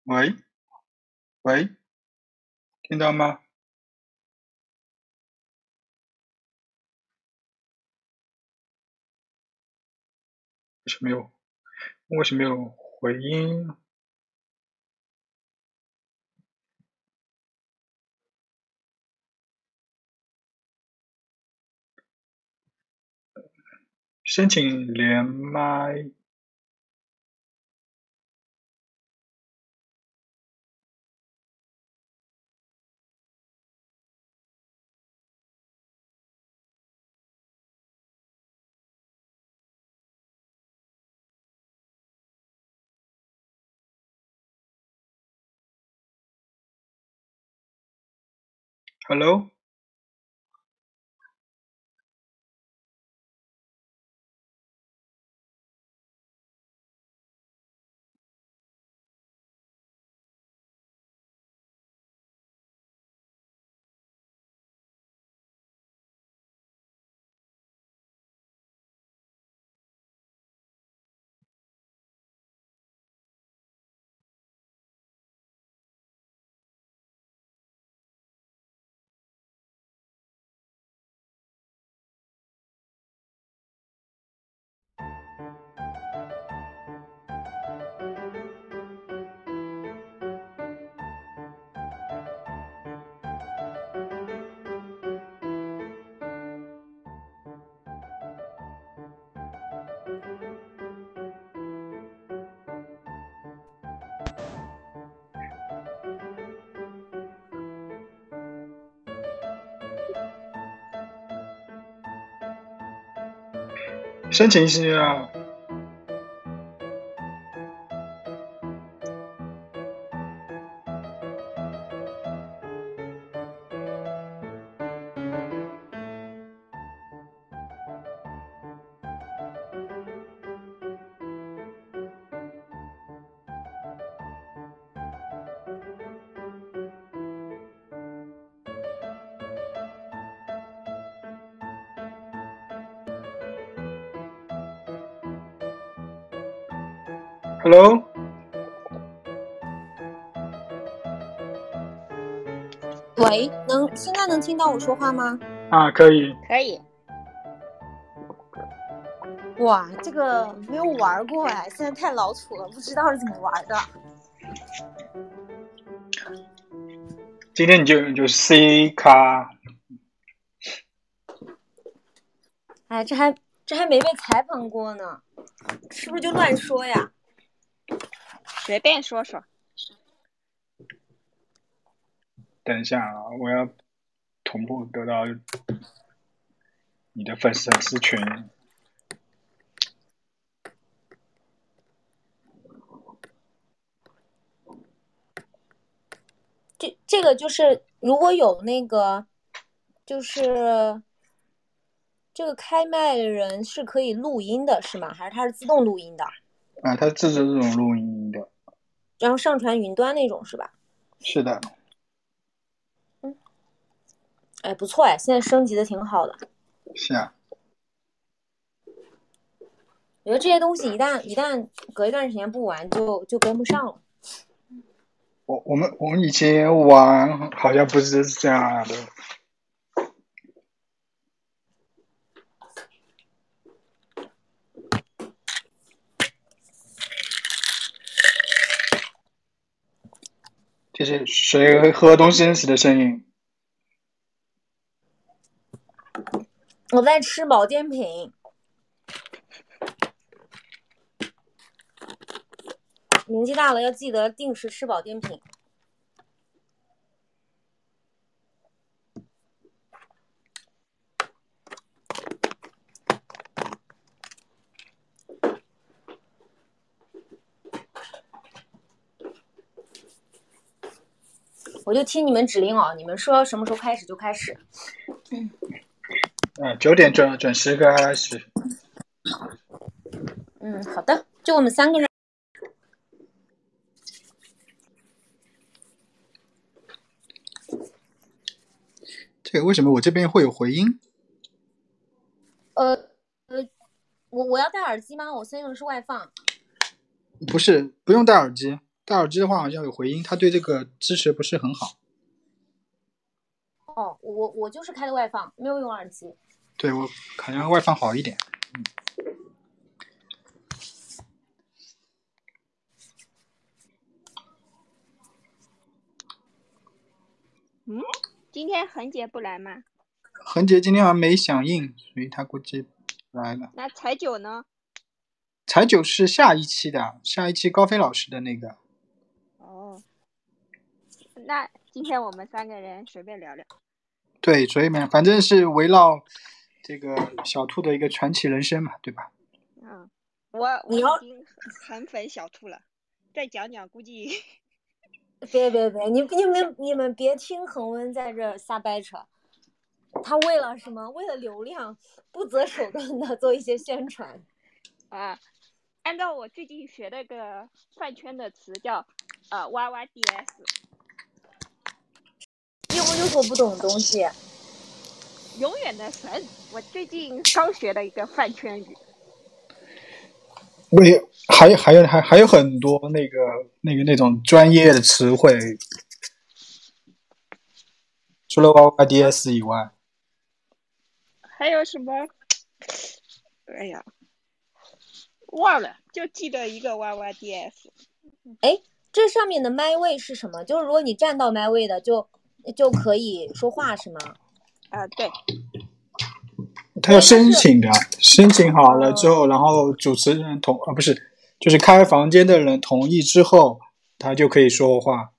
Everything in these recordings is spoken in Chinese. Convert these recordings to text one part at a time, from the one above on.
喂喂，听到吗？为什么没有回音？申请连麦。Hello。申请一下。Hello。 喂，现在能听到我说话吗？ 可以。 可以。 哇，这个没有玩过哎，现在太老土了，不知道是怎么玩的。 今天你就 C 卡。 哎，这还没被采访过呢，是不是就乱说呀？ 随便说说。 等一下啊，我要同步得到你的粉丝群。 这个就是如果有那个，就是这个开麦的人是可以录音的，是吗？还是它是自动录音的？ 它自制这种录音的。 然后上传云端那种是吧？ 是的。 哎，不错哎，现在升级的挺好的。 是啊。 我觉得这些东西一旦隔一段时间不玩就跟不上了。 我们以前玩好像不是这样的。这是谁喝东西时的声音？ 我在吃保健品。年纪大了要记得定时吃保健品。我就听你们指令哦，你们说什么时候开始就开始。 9点准时开始。 好的，就我们3个人。 这个为什么我这边会有回音？ 我要戴耳机吗？我现在用的是外放。 不是，不用戴耳机， 戴耳机的话好像有回音，他对这个支持不是很好。 哦，我就是开的外放，没有用耳机。 对，我可能外放好一点。 今天恒姐不来吗？ 恒姐今天好像没响应，所以她估计来了。 那彩九呢？ 彩九是下一期的，下一期高飞老师的那个。 哦，那今天我们3个人随便聊聊。 对，所以嘛，反正是围绕这个小兔的一个传奇人生嘛，对吧？ 我已经很粉小兔了，再讲讲估计。 别，你们别听恒温在这瞎掰扯，他为了什么？为了流量，不择手段的做一些宣传。 按照我最近学的个饭圈的词叫YYDS。 一无有所不懂的东西。 永远的神，我最近刚学的一个饭圈语。 还有很多那种专业的词汇，除了 YYDS 以外， 还有什么？哎呀，忘了，就记得一个 YYDS。 哎，这上面的麦位是什么？就是如果你站到麦位的，就可以说话是吗？ 对。 他要申请的，申请好了之后，然后主持人不是，就是开房间的人同意之后，他就可以说话。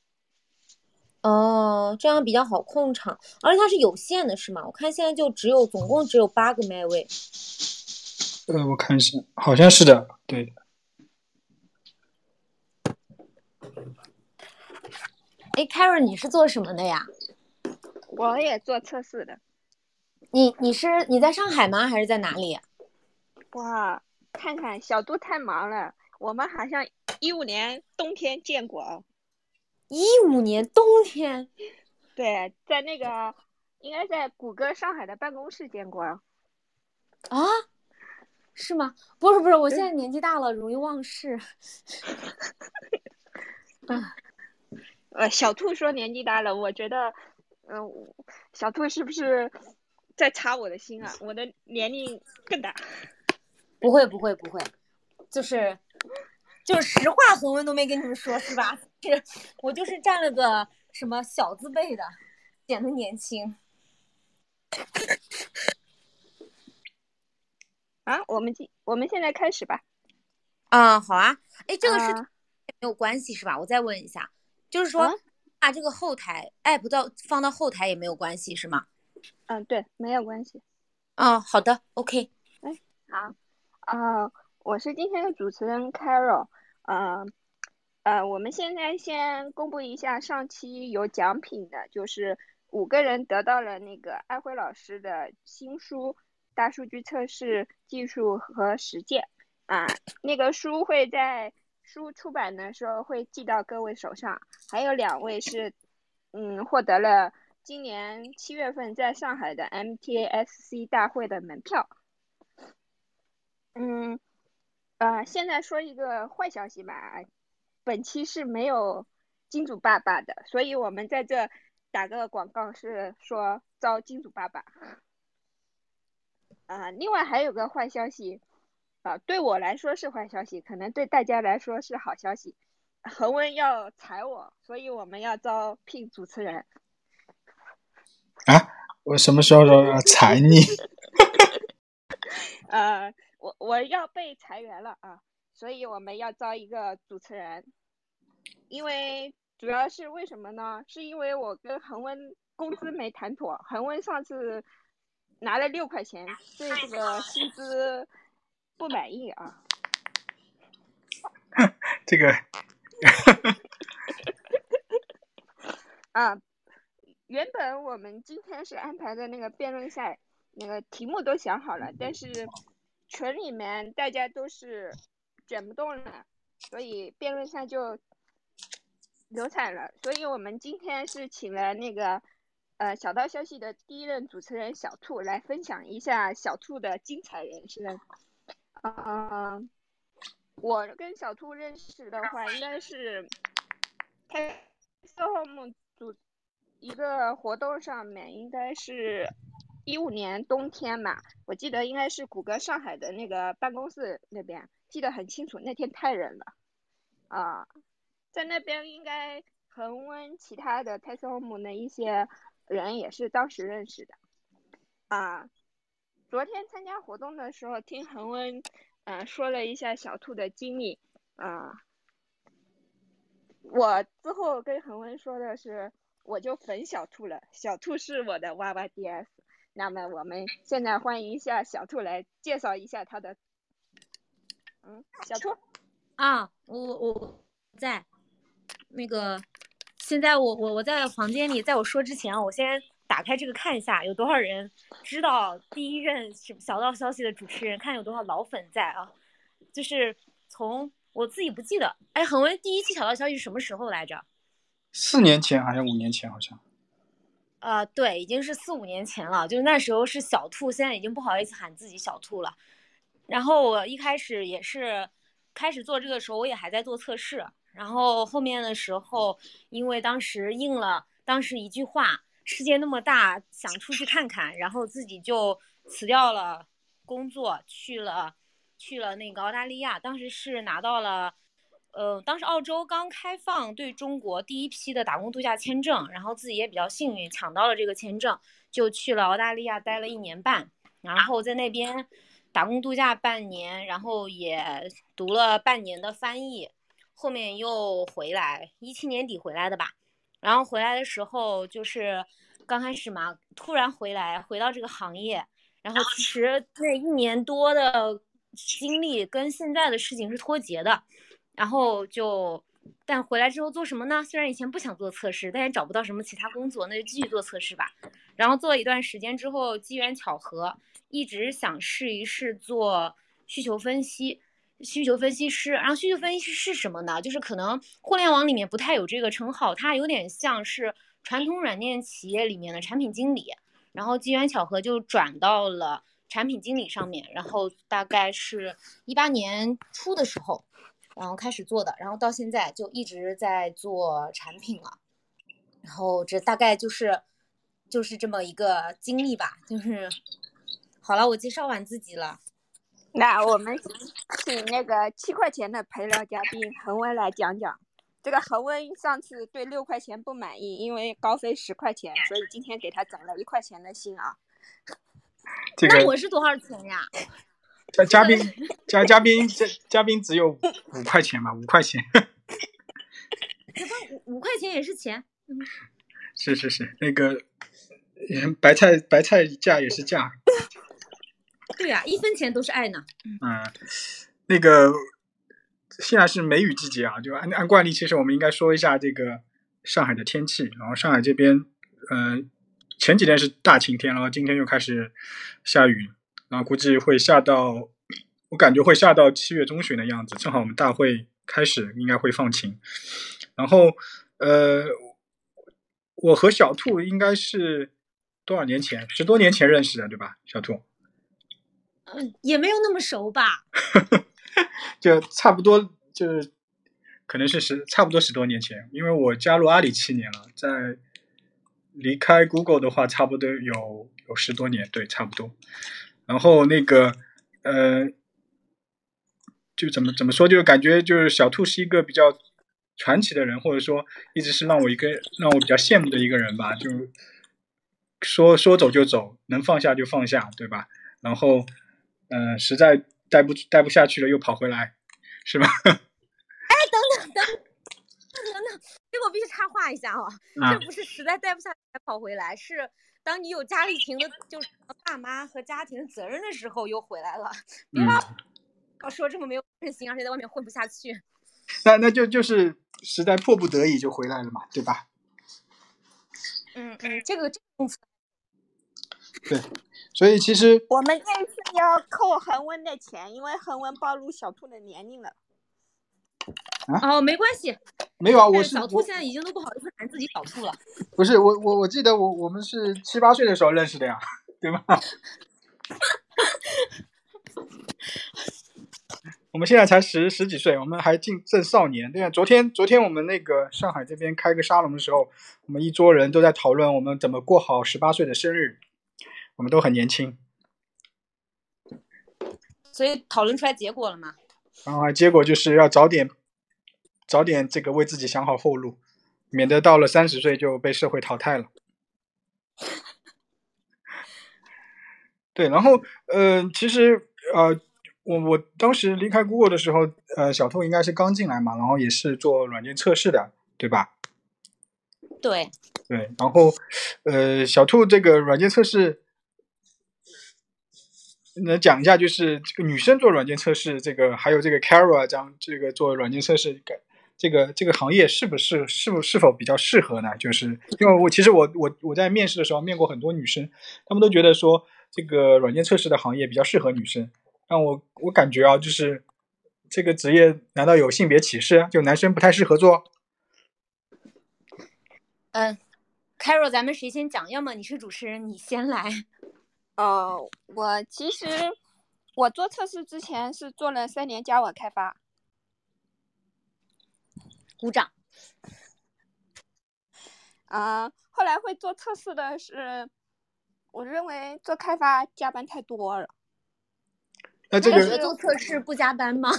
哦，这样比较好控场，而且它是有限的，是吗？我看现在就总共只有8个麦位。 我看一下，好像是的，对。 哎 ，Karen， 你是做什么的呀？ 我也做测试的。 你在上海吗？还是在哪里？ 哇，看看小杜太忙了，我们好像15年冬天见过。 15年冬天？ 对，在那个应该在谷歌上海的办公室见过。 啊？是吗？不是，我现在年纪大了，容易忘事。 小兔说年纪大了，我觉得，小兔是不是在插我的心啊？我的年龄更大。 不会，就是实话，恒温都没跟你们说，是吧？我就是占了个什么小字辈的，显得年轻。 我们现在开始吧。 好啊。哎，这个是没有关系是吧？我再问一下，就是说把这个后台 app 放到后台也没有关系是吗？ 对，没有关系。 好的 ，OK。 好，我是今天的主持人 Carol。我们现在先公布一下上期有奖品的，就是5个人得到了那个艾辉老师的新书《大数据测试技术和实践》那个书会在书出版的时候会寄到各位手上，还有2位是获得了今年7月份在上海的 MTSC 大会的门票。现在说一个坏消息吧，本期是没有金主爸爸的，所以我们在这打个广告，是说招金主爸爸。另外还有个坏消息，对我来说是坏消息，可能对大家来说是好消息。恒温要裁我，所以我们要招聘主持人。 我什么时候说要裁你？ 我要被裁员了所以我们要招一个主持人。因为主要是为什么呢？是因为我跟恒温工资没谈妥，恒温上次拿了6块钱，对这个薪资不满意这个原本我们今天是安排的那个辩论赛，那个题目都想好了，但是群里面大家都是卷不动了，所以辩论赛就流产了。所以我们今天是请了那个小道消息的第1任主持人小兔来分享一下小兔的精彩人生。 我跟小兔认识的话，应该是Home 组一个活动上面，应该是15年冬天嘛，我记得应该是谷歌上海的那个办公室那边，记得很清楚，那天太冷了啊，在那边应该恒温其他的 Home 的一些人也是当时认识的啊。昨天参加活动的时候，听恒温说了一下小兔的经历啊。我之后跟恒温说的是，我就粉小兔了，小兔是我的哇哇 DS。那么我们现在欢迎一下小兔来介绍一下他的，小兔啊，我在那个，现在我在房间里，在我说之前，我先打开这个看一下有多少人知道第一任小道消息的主持人，看有多少老粉在啊。就是从我自己不记得，哎，恒温第一期小道消息什么时候来着 ？4年前还是5年前好像？ 对，已经是4、5年前了，就是那时候是小兔，现在已经不好意思喊自己小兔了。然后我一开始也是开始做这个时候，我也还在做测试。然后后面的时候，因为当时应了当时一句话，世界那么大，想出去看看，然后自己就辞掉了工作，去了那个澳大利亚。当时是拿到了，当时澳洲刚开放对中国第一批的打工度假签证，然后自己也比较幸运抢到了这个签证，就去了澳大利亚待了1年半，然后在那边打工度假半年，然后也读了半年的翻译，后面又回来，17年底回来的吧。然后回来的时候就是刚开始嘛，突然回到这个行业，然后其实那1年多的经历跟现在的事情是脱节的，然后但回来之后做什么呢？虽然以前不想做测试，但也找不到什么其他工作，那就继续做测试吧。然后做了一段时间之后，机缘巧合，一直想试一试做需求分析师。然后需求分析师是什么呢？就是可能互联网里面不太有这个称号，它有点像是传统软件企业里面的产品经理。然后机缘巧合就转到了产品经理上面，然后大概是18年初的时候，然后开始做的，然后到现在就一直在做产品了。然后这大概就是这么一个经历吧。就是好了，我介绍完自己了。 那我们请那个7块钱的陪聊嘉宾恒温来讲讲。这个恒温上次对6块钱不满意，因为高飞10块钱，所以今天给他涨了1块钱的薪啊。 那我是多少钱呀？ 嘉宾只有5块钱嘛，5块钱。 5块钱也是钱。 是，那个白菜价也是价。 对呀，1分钱都是爱呢。 那个现在是梅雨季节啊，就按惯例，其实我们应该说一下这个上海的天气。然后上海这边，前几天是大晴天，然后今天又开始下雨，然后估计会下到，我感觉会下到7月中旬的样子。正好我们大会开始，应该会放晴。然后，我和小兔应该是多少年前？10多年前认识的，对吧，小兔？ 也没有那么熟吧。 就差不多，就是可能是差不多10多年前，因为我加入阿里7年了，在离开 Google 的话，差不多有10多年，对，差不多。然后那个就怎么说，就感觉就是小兔是一个比较传奇的人，或者说一直是让我比较羡慕的一个人吧。就说走就走，能放下就放下，对吧？然后实在待不下去了，又跑回来，是吧？ 哎，等等，这个我必须插话一下哦。这不是实在待不下去才跑回来，是当你有家庭的，就是爸妈和家庭的责任的时候又回来了。别把说这么没有韧性，而且在外面混不下去。 那就是实在迫不得已就回来了嘛，对吧？ 这个对，所以其实我们这次要扣恒温的钱，因为恒温暴露小兔的年龄了。 没关系， 没有啊， 小兔现在已经都不好意思喊自己小兔了。 不是我记得我们是7、8岁的时候认识的呀，对吧？ 我们现在才十几岁，我们还正少年。对啊，昨天我们那个上海这边开个沙龙的时候，我们一桌人都在讨论我们怎么过好18岁的生日，我们都很年轻。 所以讨论出来结果了吗？ 然后结果就是要早点这个为自己想好后路，免得到了30岁就被社会淘汰了。对，然后其实我当时离开 Google 的时候，小兔应该是刚进来嘛，然后也是做软件测试的，对吧？ 对， 然后小兔这个软件测试，能讲一下就是这个女生做软件测试，这个还有这个 Carol 这个做软件测试，这个行业是否比较适合呢？就是因为其实我在面试的时候面过很多女生，她们都觉得说这个软件测试的行业比较适合女生，但我感觉啊，就是这个职业难道有性别歧视？就男生不太适合做 ？Carol，咱们谁先讲？要么你是主持人，你先来。 其实我做测试之前是做了3年Java开发。 鼓掌。 后来会做测试的是，我认为做开发加班太多了。 那这个觉得做测试不加班吗？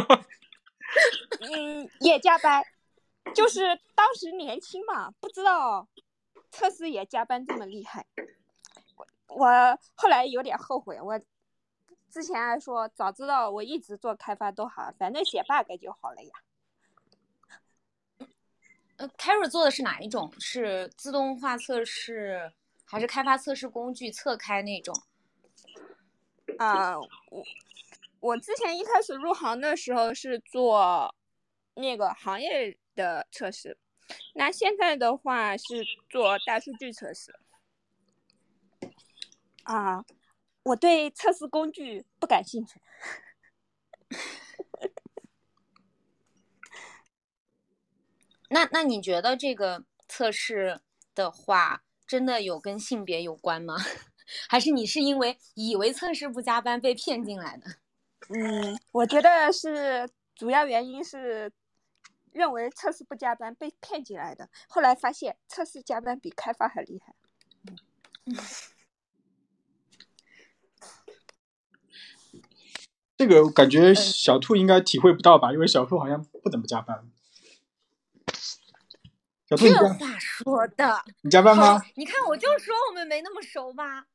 也加班，就是当时年轻嘛，不知道测试也加班这么厉害。我后来有点后悔，我之前还说早知道我一直做开发都好，反正写 bug 就好了呀。 Carol 做的是哪一种？是自动化测试，还是开发测试工具侧开那种？ 我之前一开始入行的时候是做那个行业的测试，那现在的话是做大数据测试。我对测试工具不感兴趣。 那你觉得这个测试的话，真的有跟性别有关吗？还是你是因为以为测试不加班被骗进来的？ 我觉得是主要原因是认为测试不加班被骗进来的，后来发现测试加班比开发还厉害。 这个感觉小兔应该体会不到吧，因为小兔好像不怎么加班。小兔， 这话说的， 你加班吗？ 你看，我就说我们没那么熟吧。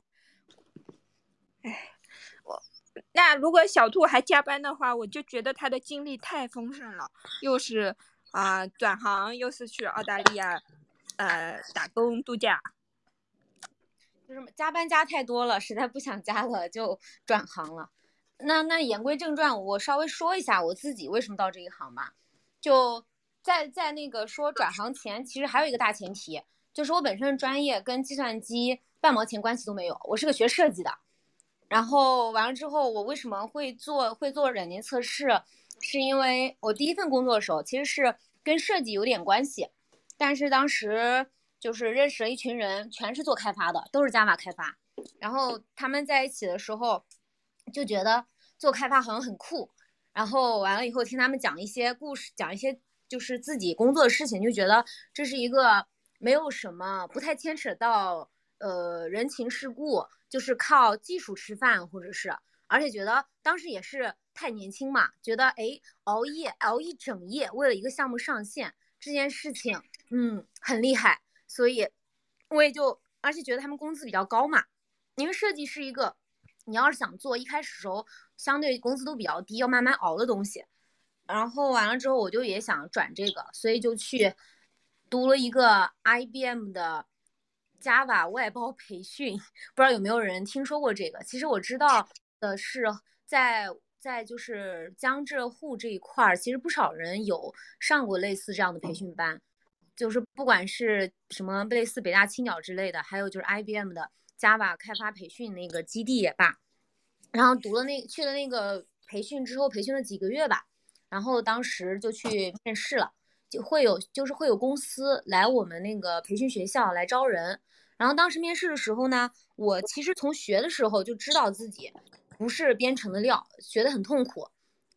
那如果小兔还加班的话，我就觉得他的经历太丰盛了，又是转行，又是去澳大利亚打工度假， 就是加班加太多了，实在不想加了就转行了。那言归正传，我稍微说一下我自己为什么到这一行吧。就在那个说转行前，其实还有一个大前提，就是我本身的专业跟计算机半毛钱关系都没有，我是个学设计的。然后完了之后，我为什么会做软件测试，是因为我第一份工作的时候其实是跟设计有点关系，但是当时就是认识了一群人，全是做开发的，都是 Java 开发。然后他们在一起的时候就觉得做开发好像很酷，然后完了以后听他们讲一些故事，讲一些就是自己工作的事情，就觉得这是一个没有什么不太牵扯到人情世故，就是靠技术吃饭，或者是而且觉得当时也是太年轻嘛，觉得熬一整夜为了一个项目上线这件事情很厉害，所以我也就而且觉得他们工资比较高嘛，因为设计是一个你要是想做一开始的时候相对工资都比较低，要慢慢熬的东西。然后完了之后我就也想转这个，所以就去读了一个 IBM 的 Java 外包培训，不知道有没有人听说过这个。其实我知道的是在就是江浙沪这一块，其实不少人有上过类似这样的培训班，就是不管是什么类似北大青鸟之类的，还有就是 IBM 的 Java 开发培训那个基地也罢，然后去了那个培训之后，培训了几个月吧，然后当时就去面试了，会有公司来我们那个培训学校来招人。然后当时面试的时候呢，我其实从学的时候就知道自己不是编程的料，学得很痛苦。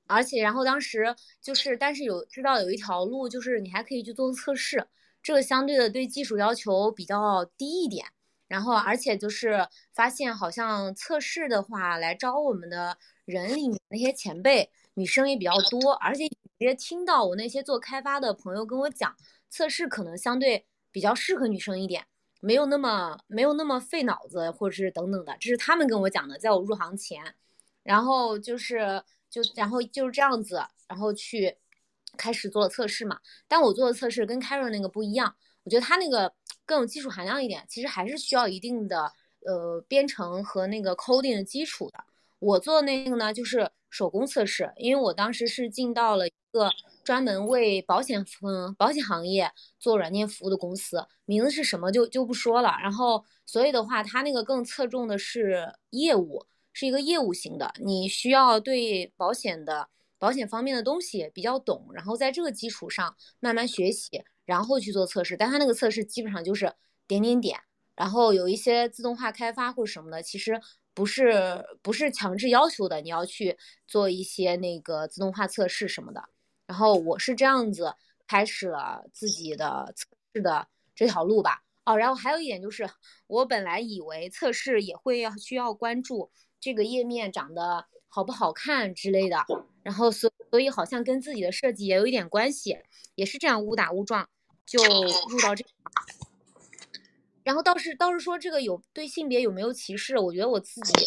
而且然后当时就是，但是知道有一条路，就是你还可以去做测试，这个相对的对技术要求比较低一点。然后而且就是发现好像测试的话来招我们的人里面那些前辈女生也比较多，而且直接听到我那些做开发的朋友跟我讲，测试可能相对比较适合女生一点，没有那么费脑子，或者是等等的，这是他们跟我讲的，在我入行前。然后然后就是这样子，然后去开始做测试嘛。但我做的测试跟 Karen 那个不一样，我觉得他那个更有技术含量一点，其实还是需要一定的编程和那个 coding 的基础的。我做的那个呢，就是手工测试，因为我当时是进到了一个专门为保险行业做软件服务的公司，名字是什么就不说了。然后所以的话，他那个更侧重的是业务，是一个业务型的，你需要对保险方面的东西比较懂，然后在这个基础上慢慢学习，然后去做测试。但他那个测试基本上就是点点点，然后有一些自动化开发或者什么的，其实不是强制要求的，你要去做一些那个自动化测试什么的。然后我是这样子开始了自己的测试的这条路吧。哦，然后还有一点就是，我本来以为测试也会需要关注这个页面长得好不好看之类的，然后所以好像跟自己的设计也有一点关系，也是这样误打误撞就入到这个。然后倒是说这个对性别有没有歧视，我觉得我自己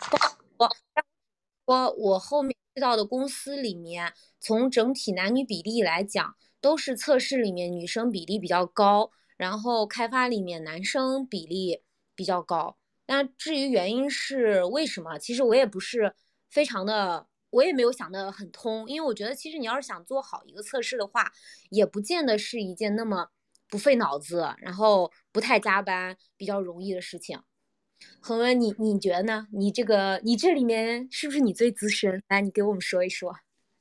我后面遇到的公司里面，从整体男女比例来讲，都是测试里面女生比例比较高，然后开发里面男生比例比较高。那至于原因是为什么，其实我也不是非常的，我也没有想得很通，因为我觉得其实你要是想做好一个测试的话，也不见得是一件那么不费脑子，然后不太加班，比较容易的事情。恒温，你觉得呢？你这里面是不是你最资深？来，你给我们说一说。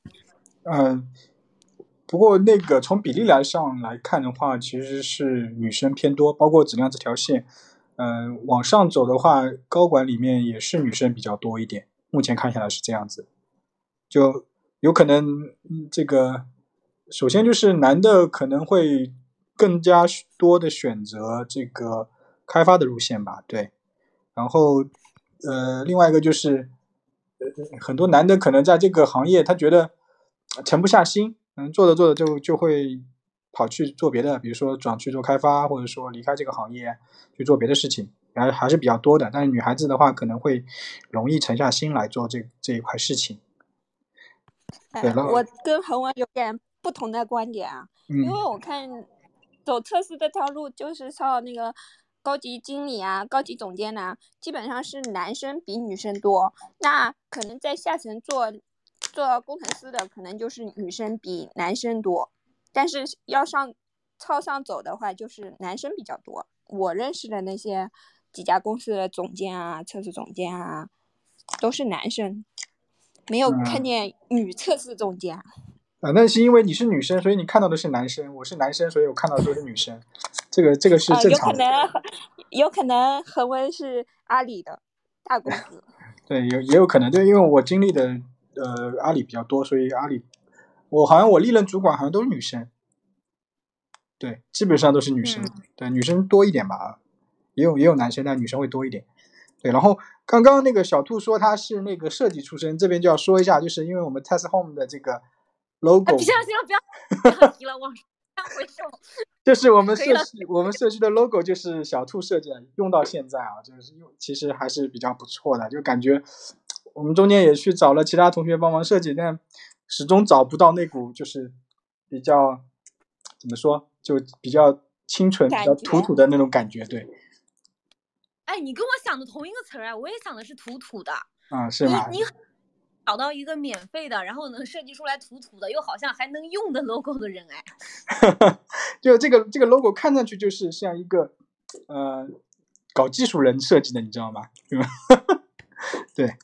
不过那个从比例上来看的话，其实是女生偏多，包括质量这条线。往上走的话，高管里面也是女生比较多一点。目前看下来是这样子，就有可能这个，首先就是男的可能会更加多的选择这个开发的路线吧，对。然后另外一个就是很多男的可能在这个行业他觉得沉不下心，做着做着就会跑去做别的，比如说转去做开发，或者说离开这个行业去做别的事情，还是比较多的。但是女孩子的话可能会容易沉下心来做这一块事情。对了， 我跟恒文有点不同的观点啊，因为我看走测试这条路就是靠那个高级经理啊、高级总监啊，基本上是男生比女生多。那可能在下层做工程师的，可能就是女生比男生多。但是要朝上走的话，就是男生比较多。我认识的那些几家公司的总监啊、测试总监啊，都是男生，没有看见女测试总监。 那是因为你是女生，所以你看到的是男生；我是男生，所以我看到的都是女生。这个是正常的。 有可能恒温是阿里的大公司。 对，也有可能，对，因为我经历的阿里比较多，所以阿里我历任主管好像都是女生。对，基本上都是女生。对，女生多一点吧，也有男生，但女生会多一点。对，然后刚刚那个小兔说他是那个设计出身，这边就要说一下，就是因为我们 Test Home 的这个 logo， 行了，不要提了，往上回收。 就是我们社区的 logo 就是小兔设计的，用到现在啊，就是其实还是比较不错的，就感觉我们中间也去找了其他同学帮忙设计，但始终找不到那股就是比较怎么说，就比较清纯、比较土土的那种感觉，对。 哎，你跟我想的同一个词儿啊，我也想的是土土的。 是吗？ 你找到一个免费的，然后能设计出来土土的，又好像还能用的 logo 的人，哎。 就这个 logo 看上去就是像一个搞技术人设计的，你知道吗？对。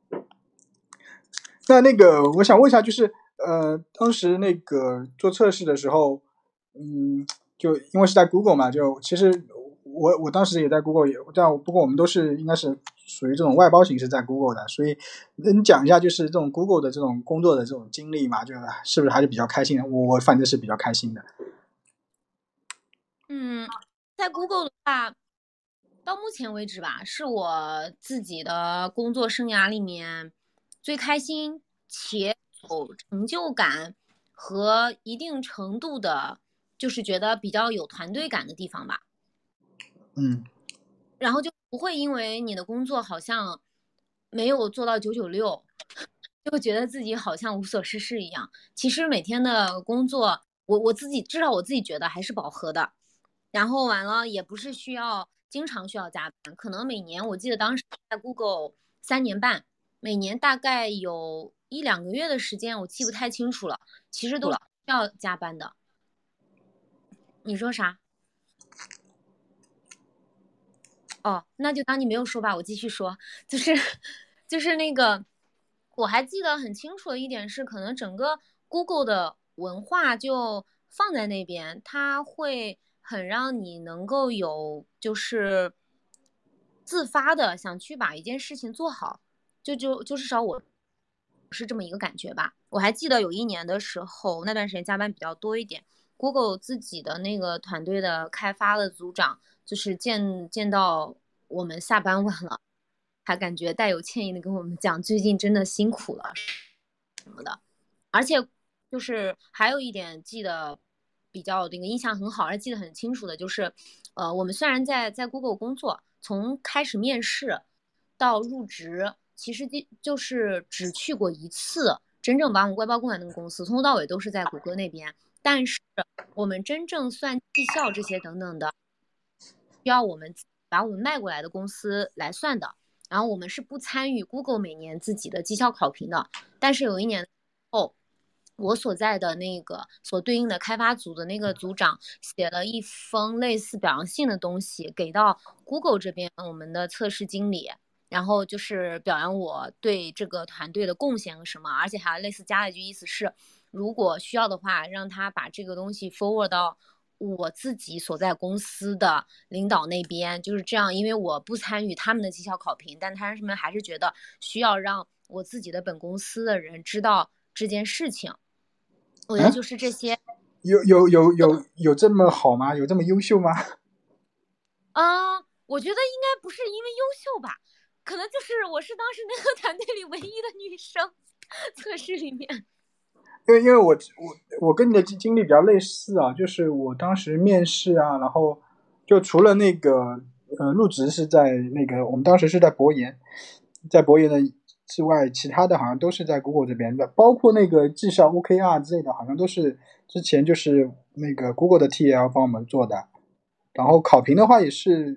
那个我想问一下，就是当时那个做测试的时候，就因为是在 Google 嘛，就其实我当时也在 Google 也这样，不过我们都是应该是属于这种外包形式在 Google 的，所以能讲一下就是这种 Google 的这种工作的这种经历嘛，就是不是还是比较开心的？我反正是比较开心的。 在 Google 的话，到目前为止吧，是我自己的工作生涯里面最开心且有成就感和一定程度的，就是觉得比较有团队感的地方吧。然后就不会因为你的工作好像没有做到996，就觉得自己好像无所事事一样。其实每天的工作，我自己至少我自己觉得还是饱和的。然后完了也不是经常需要加班，可能每年我记得当时在 Google 3年半，每年大概有1-2个月的时间，我记不太清楚了，其实都是需要加班的。你说啥？哦，那就当你没有说吧，我继续说，就是那个，我还记得很清楚的一点是，可能整个 Google 的文化就放在那边，它会很让你能够有就是自发的想去把一件事情做好，就至少我是这么一个感觉吧。我还记得有一年的时候，那段时间加班比较多一点，Google 自己的那个团队的开发的组长。就是见到我们下班晚了，还感觉带有歉意的跟我们讲，最近真的辛苦了什么的。而且就是还有一点记得比较那个印象很好，而且记得很清楚的就是，我们虽然在 Google 工作，从开始面试到入职，其实就是只去过一次真正把我们外包过来那个公司，从头到尾都是在谷歌那边。但是我们真正算绩效这些等等的，需要我们把我们卖过来的公司来算的。然后我们是不参与 Google 每年自己的绩效考评的。但是有一年后，我所在的那个所对应的开发组的那个组长写了一封类似表扬信的东西给到 Google 这边我们的测试经理，然后就是表扬我对这个团队的贡献和什么，而且还类似加了一句意思是，如果需要的话，让他把这个东西 forward 到我自己所在公司的领导那边，就是这样。因为我不参与他们的绩效考评，但他们还是觉得需要让我自己的本公司的人知道这件事情。我觉得就是这些。 有这么好吗？有这么优秀吗？ 我觉得应该不是因为优秀吧，可能就是我是当时那个团队里唯一的女生，测试里面。 因为我跟你的经历比较类似啊，就是我当时面试啊，然后就除了那个入职是在那个我们当时是在博研，在博研的之外，其他的好像都是在 Google 这边的，包括那个绩效 OKR 之类的，好像都是之前就是那个 Google 的 TL 帮我们做的，然后考评的话也是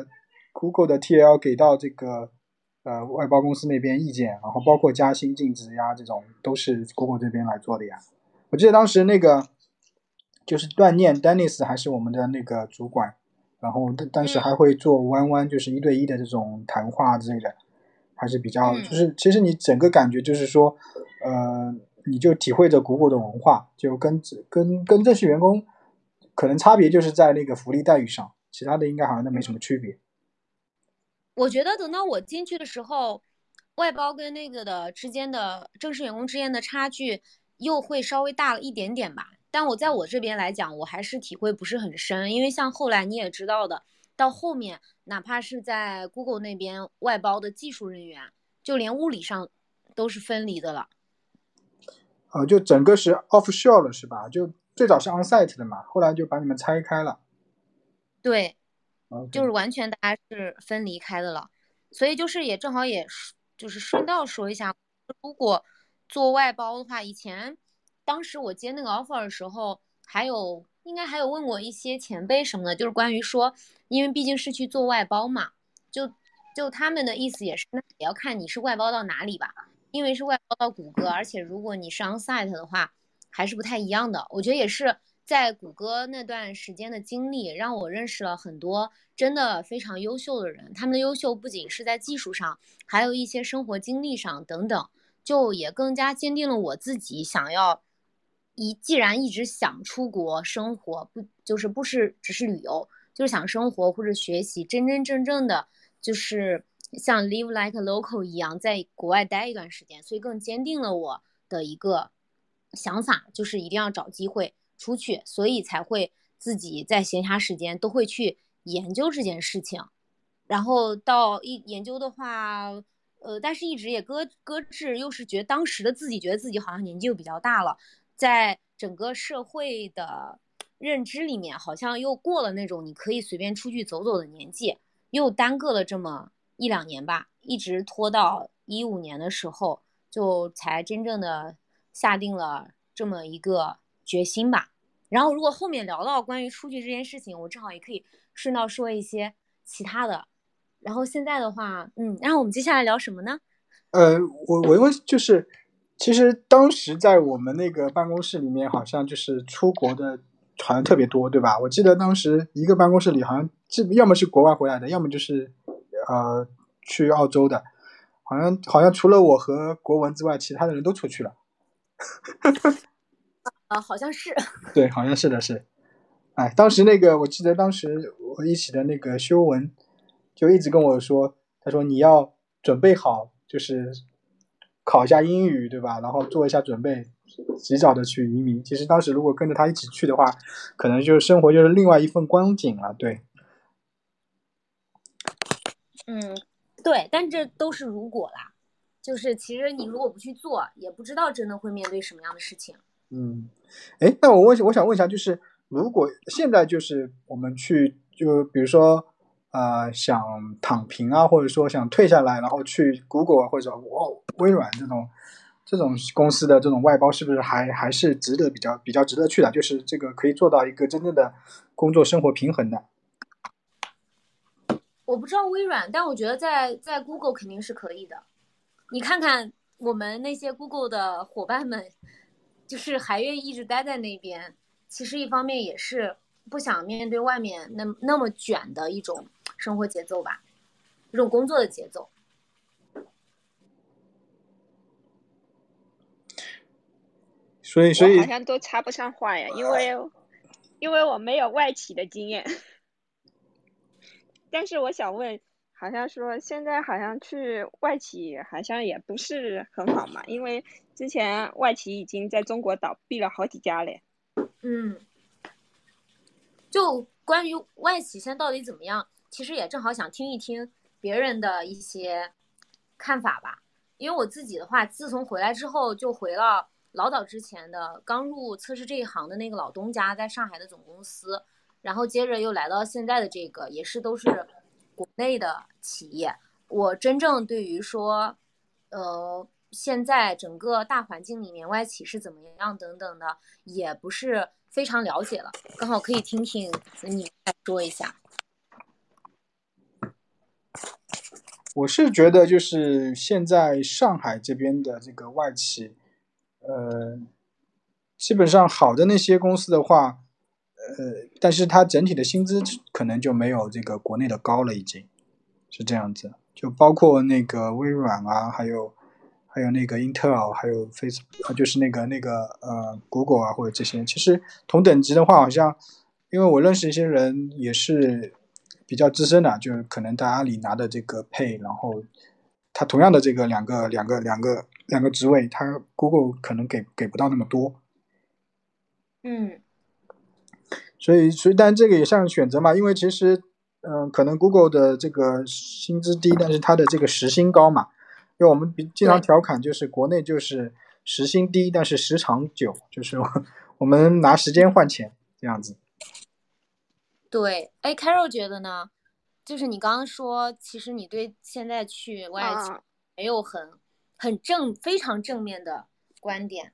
Google 的 TL 给到这个外包公司那边意见，然后包括加薪晋职呀这种都是 Google 这边来做的呀。我记得当时那个就是段念 Dennis 还是我们的那个主管，然后当时还会做弯弯，就是1对1的这种谈话之类的，还是比较就是其实你整个感觉就是说你就体会着 Google 的文化，就跟正式员工可能差别就是在那个福利待遇上，其他的应该好像都没什么区别。 我觉得等到我进去的时候，外包跟那个的之间的正式员工之间的差距又会稍微大了一点点吧。但我在我这边来讲，我还是体会不是很深，因为像后来你也知道的，到后面哪怕是在 Google 那边外包的技术人员，就连物理上都是分离的了。 就整个是 offshore 了是吧？就最早是 onsite 的嘛，后来就把你们拆开了。 对， Okay. 就是完全大家是分离开的了。所以就是也正好也就是顺道说一下，如果做外包的话，以前当时我接那个 offer 的时候，应该还有问过一些前辈什么的，就是关于说，因为毕竟是去做外包嘛，就他们的意思也是，那也要看你是外包到哪里吧，因为是外包到谷歌，而且如果你是 onsite 的话，还是不太一样的。我觉得也是在谷歌那段时间的经历，让我认识了很多真的非常优秀的人，他们的优秀不仅是在技术上，还有一些生活经历上等等，就也更加坚定了我自己想要既然一直想出国生活，不是只是旅游， 就是想生活或者学习真真正正的就是像 live like a local 一样在国外待一段时间，所以更坚定了我的一个想法，就是一定要找机会出去，所以才会自己在闲暇时间都会去研究这件事情。然后到研究的话，但是一直也搁置，又是当时的自己觉得自己好像年纪又比较大了，在整个社会的认知里面，好像又过了那种你可以随便出去走走的年纪，又耽搁了这么1-2年吧，一直拖到15年的时候，就才真正的下定了这么一个决心吧。然后如果后面聊到关于出去这件事情，我正好也可以顺道说一些其他的。然后现在的话，然后我们接下来聊什么呢？ 我因为就是，其实当时在我们那个办公室里面，好像就是出国的，好像特别多，对吧？我记得当时一个办公室里好像要么是国外回来的，要么就是去澳洲的，好像除了我和国文之外，其他的人都出去了。 好像是。 对，好像是的，是。哎，当时那个我记得当时我一起的那个修文就一直跟我说，他说你要准备好，就是考一下英语，对吧？然后做一下准备，及早的去移民。其实当时如果跟着他一起去的话，可能就是生活就是另外一份光景了。对， 对，但这都是如果啦，就是其实你如果不去做，也不知道真的会面对什么样的事情。 哎，那我想问一下，就是如果现在就是我们去，就比如说想躺平啊，或者说想退下来，然后去 Google 或者微软这种公司的这种外包，是不是还是比较值得去的？就是这个可以做到一个真正的工作生活平衡的。 我不知道微软，但我觉得在 Google 肯定是可以的。你看看我们那些 Google 的伙伴们，就是还愿意一直待在那边，其实一方面也是不想面对外面那么卷的一种生活节奏吧，一种工作的节奏。 所以我好像都插不上话呀，因为我没有外企的经验。但是我想问，好像说现在好像去外企好像也不是很好嘛，因为之前外企已经在中国倒闭了好几家嘞。 就关于外企现在到底怎么样，其实也正好想听一听别人的一些看法吧。因为我自己的话，自从回来之后，就回了老早之前的刚入测试这一行的那个老东家，在上海的总公司，然后接着又来到现在的这个，也是都是国内的企业。我真正对于说，现在整个大环境里面外企是怎么样等等的，也不是非常了解了，刚好可以听听你再说一下。 我是觉得就是现在上海这边的这个外企，基本上好的那些公司的话，但是它整体的薪资可能就没有这个国内的高了，已经是这样子。就包括那个微软啊，还有那个 Intel， 还有 Facebook，就是Google 啊或者这些，其实同等级的话，好像因为我认识一些人也是比较资深的，就是可能在阿里拿的这个配，然后他同样的这个两个职位，他 Google 可能给不到那么多。所以但这个也像选择嘛，因为其实，可能 Google 的这个薪资低，但是它的这个时薪高嘛。因为我们经常调侃，就是国内就是时薪低，但是时长久，就是我们拿时间换钱这样子。 对，哎 ，Carol 觉得呢？就是你刚刚说，其实你对现在去外企没有非常正面的观点。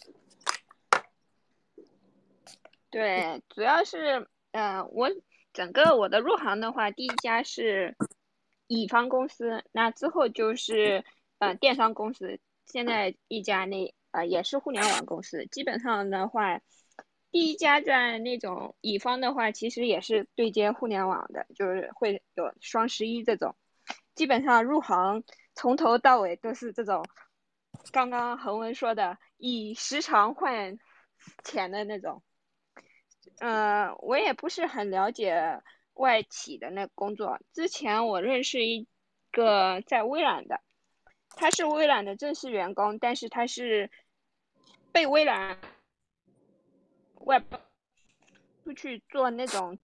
对，主要是我的入行的话，第一家是乙方公司，那之后就是电商公司，现在一家也是互联网公司。基本上的话，第一家在那种乙方的话，其实也是对接互联网的，就是会有双11这种。基本上入行从头到尾都是这种，刚刚恒文说的以时长换钱的那种。我也不是很了解外企的那个工作。之前我认识一个在微软的，他是微软的正式员工，但是他是被微软外包出去做那种，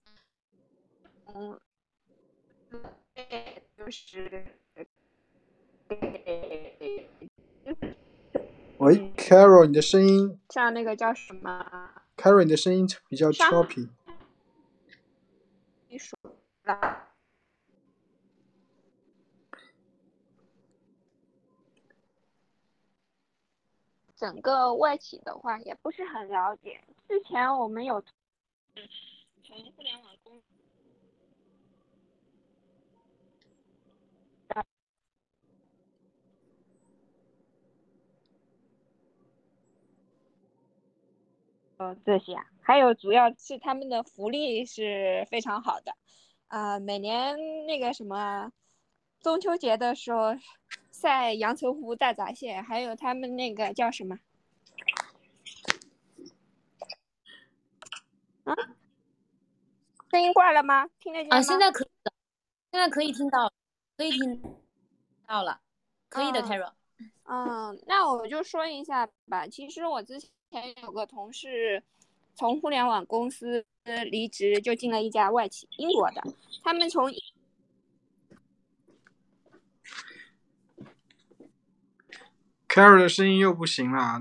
就是喂，Carol，你的声音像那个叫什么 ，Carol，你的声音比较商 choppy。 整个外企的话也不是很了解。之前我们有从互联网公司这些，还有主要是他们的福利是非常好的。每年那个什么中秋节的时候晒阳澄湖大闸蟹，还有他们那个叫什么？声音挂了吗？听得见吗？ 现在可以的，现在可以听到，可以听到了，可以的 ，Carol。 那我就说一下吧。其实我之前有个同事从互联网公司离职，就进了一家外企，英国的。他们从 Carol 的声音又不行了。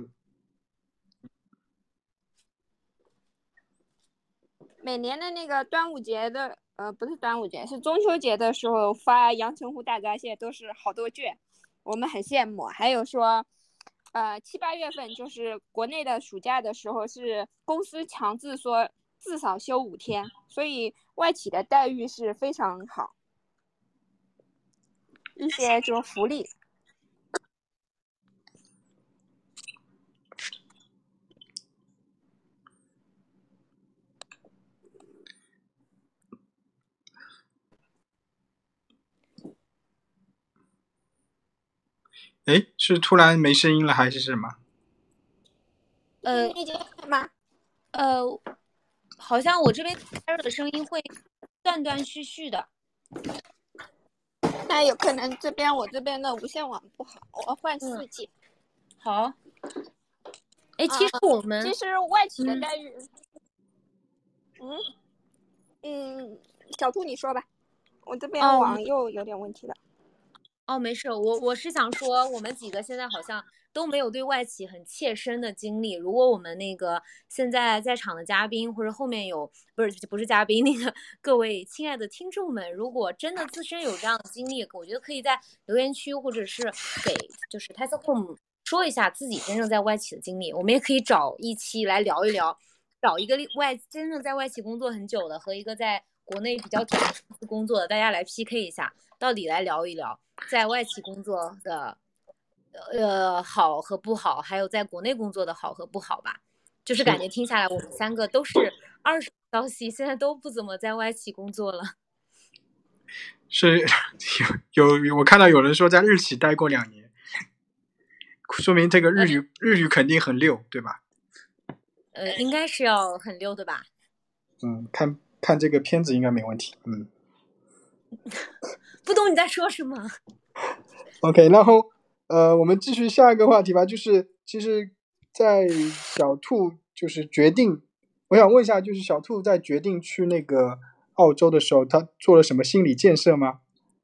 每年的那个端午节的，不是端午节，是中秋节的时候发阳澄湖大闸蟹都是好多券，我们很羡慕。还有说，7、8月份就是国内的暑假的时候，是公司强制说至少休5天，所以外企的待遇是非常好，一些就福利。 哎，是突然没声音了还是什么？ 听见吗？ 好像我这边 Carol 的声音会断断续续的。 那有可能我这边的无线网不好，我换4G。 好。哎，其实我们其实外企的待遇，小兔你说吧，我这边网又有点问题了。 没事，我是想说，我们几个现在好像都没有对外企很切身的经历。如果我们那个现在在场的嘉宾或者后面有不是嘉宾，那个各位亲爱的听众们，如果真的自身有这样的经历，我觉得可以在留言区或者是给就是 Tesla Home 说一下自己真正在外企的经历。我们也可以找一期来聊一聊，找一个真正在外企工作很久的和一个在国内比较久的公司工作的，大家来 PK 一下，到底来聊一聊在外企工作的好和不好，还有在国内工作的好和不好吧。就是感觉听下来，我们3个都是20消息，现在都不怎么在外企工作了。 是我看到有人说在日企待过2年，说明这个日语肯定很溜，对吧？ 应该是要很溜的吧。 看这个片子应该没问题。 不懂你在说什么。 OK， 然后我们继续下一个话题吧，就是其实在小兔就是决定，我想问一下，就是小兔在决定去那个澳洲的时候，他做了什么心理建设吗？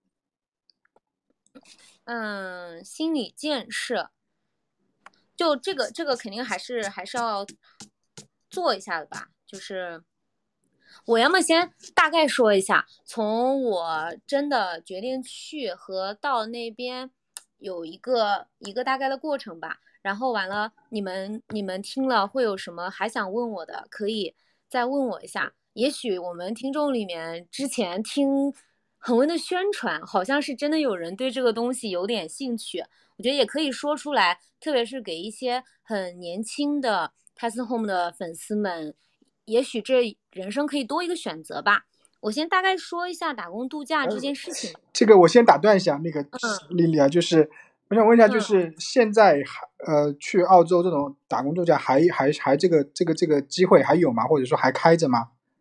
心理建设，就这个肯定还是要做一下的吧。就是我要么先大概说一下，从我真的决定去和到那边有一个大概的过程吧。然后完了，你们听了会有什么还想问我的，可以再问我一下。也许我们听众里面之前听恒温的宣传，好像是真的有人对这个东西有点兴趣，我觉得也可以说出来，特别是给一些很年轻的 Tesla Home 的粉丝们，也许这人生可以多一个选择吧。我先大概说一下打工度假这件事情吧。 这个我先打断一下，那个丽丽啊，就是我想问一下，就是现在去澳洲这种打工度假还这个机会还有吗？或者说还开着吗？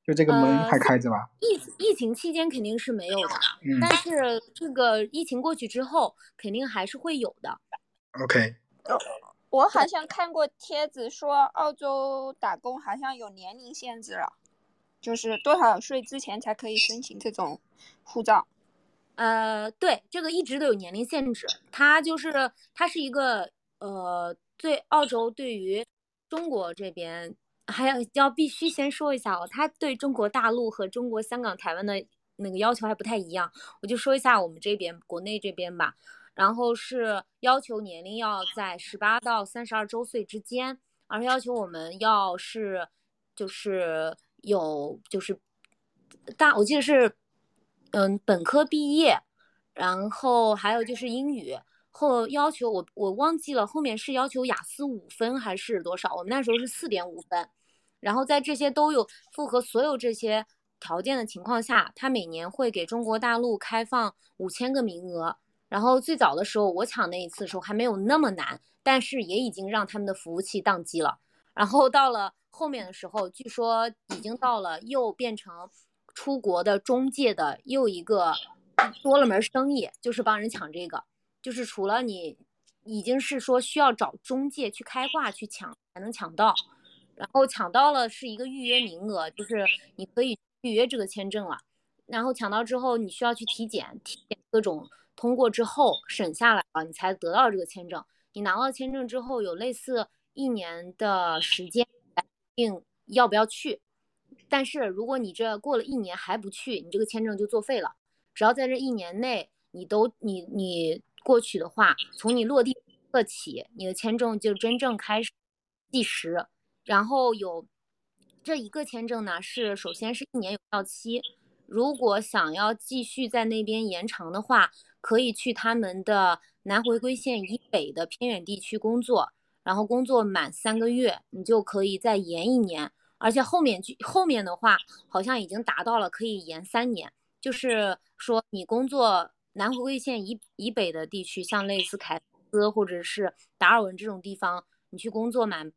就这个门还开着吧？ 疫情期间肯定是没有的，但是这个疫情过去之后，肯定还是会有的。 OK。 我好像看过帖子说，澳洲打工好像有年龄限制了，就是多少岁之前才可以申请这种护照。 对，这个一直都有年龄限制，它是一个澳洲对于中国这边还要必须先说一下哦，它对中国大陆和中国香港、台湾的那个要求还不太一样，我就说一下我们这边国内这边吧。然后是要求年龄要在18到32周岁之间，而且要求我们要是就是有就是我记得是本科毕业，然后还有就是英语后要求我忘记了后面是要求雅思5分还是多少，我们那时候是4.5分，然后在这些都有符合所有这些条件的情况下，他每年会给中国大陆开放5000个名额。然后最早的时候我抢那一次的时候还没有那么难，但是也已经让他们的服务器宕机了。然后到了后面的时候，据说已经到了又变成出国的中介的又一个多了门生意，就是帮人抢这个，就是除了你已经是说需要找中介去开挂去抢才能抢到，然后抢到了是一个预约名额，就是你可以预约这个签证了。然后抢到之后，你需要去体检各种，通过之后审下来了，你才得到这个签证。你拿到签证之后，有类似1年的时间来决定要不要去。但是如果你这过了1年还不去，你这个签证就作废了。只要在这1年内你过去的话，从你落地刻起，你的签证就真正开始计时。然后这一个签证呢，首先是1年有效期。如果想要继续在那边延长的话，可以去他们的南回归线以北的偏远地区工作，然后工作满3个月，你就可以再延1年。而且后面的话，好像已经达到了可以延3年，就是说你工作南回归线以北的地区，像类似凯斯或者是达尔文这种地方，你去工作满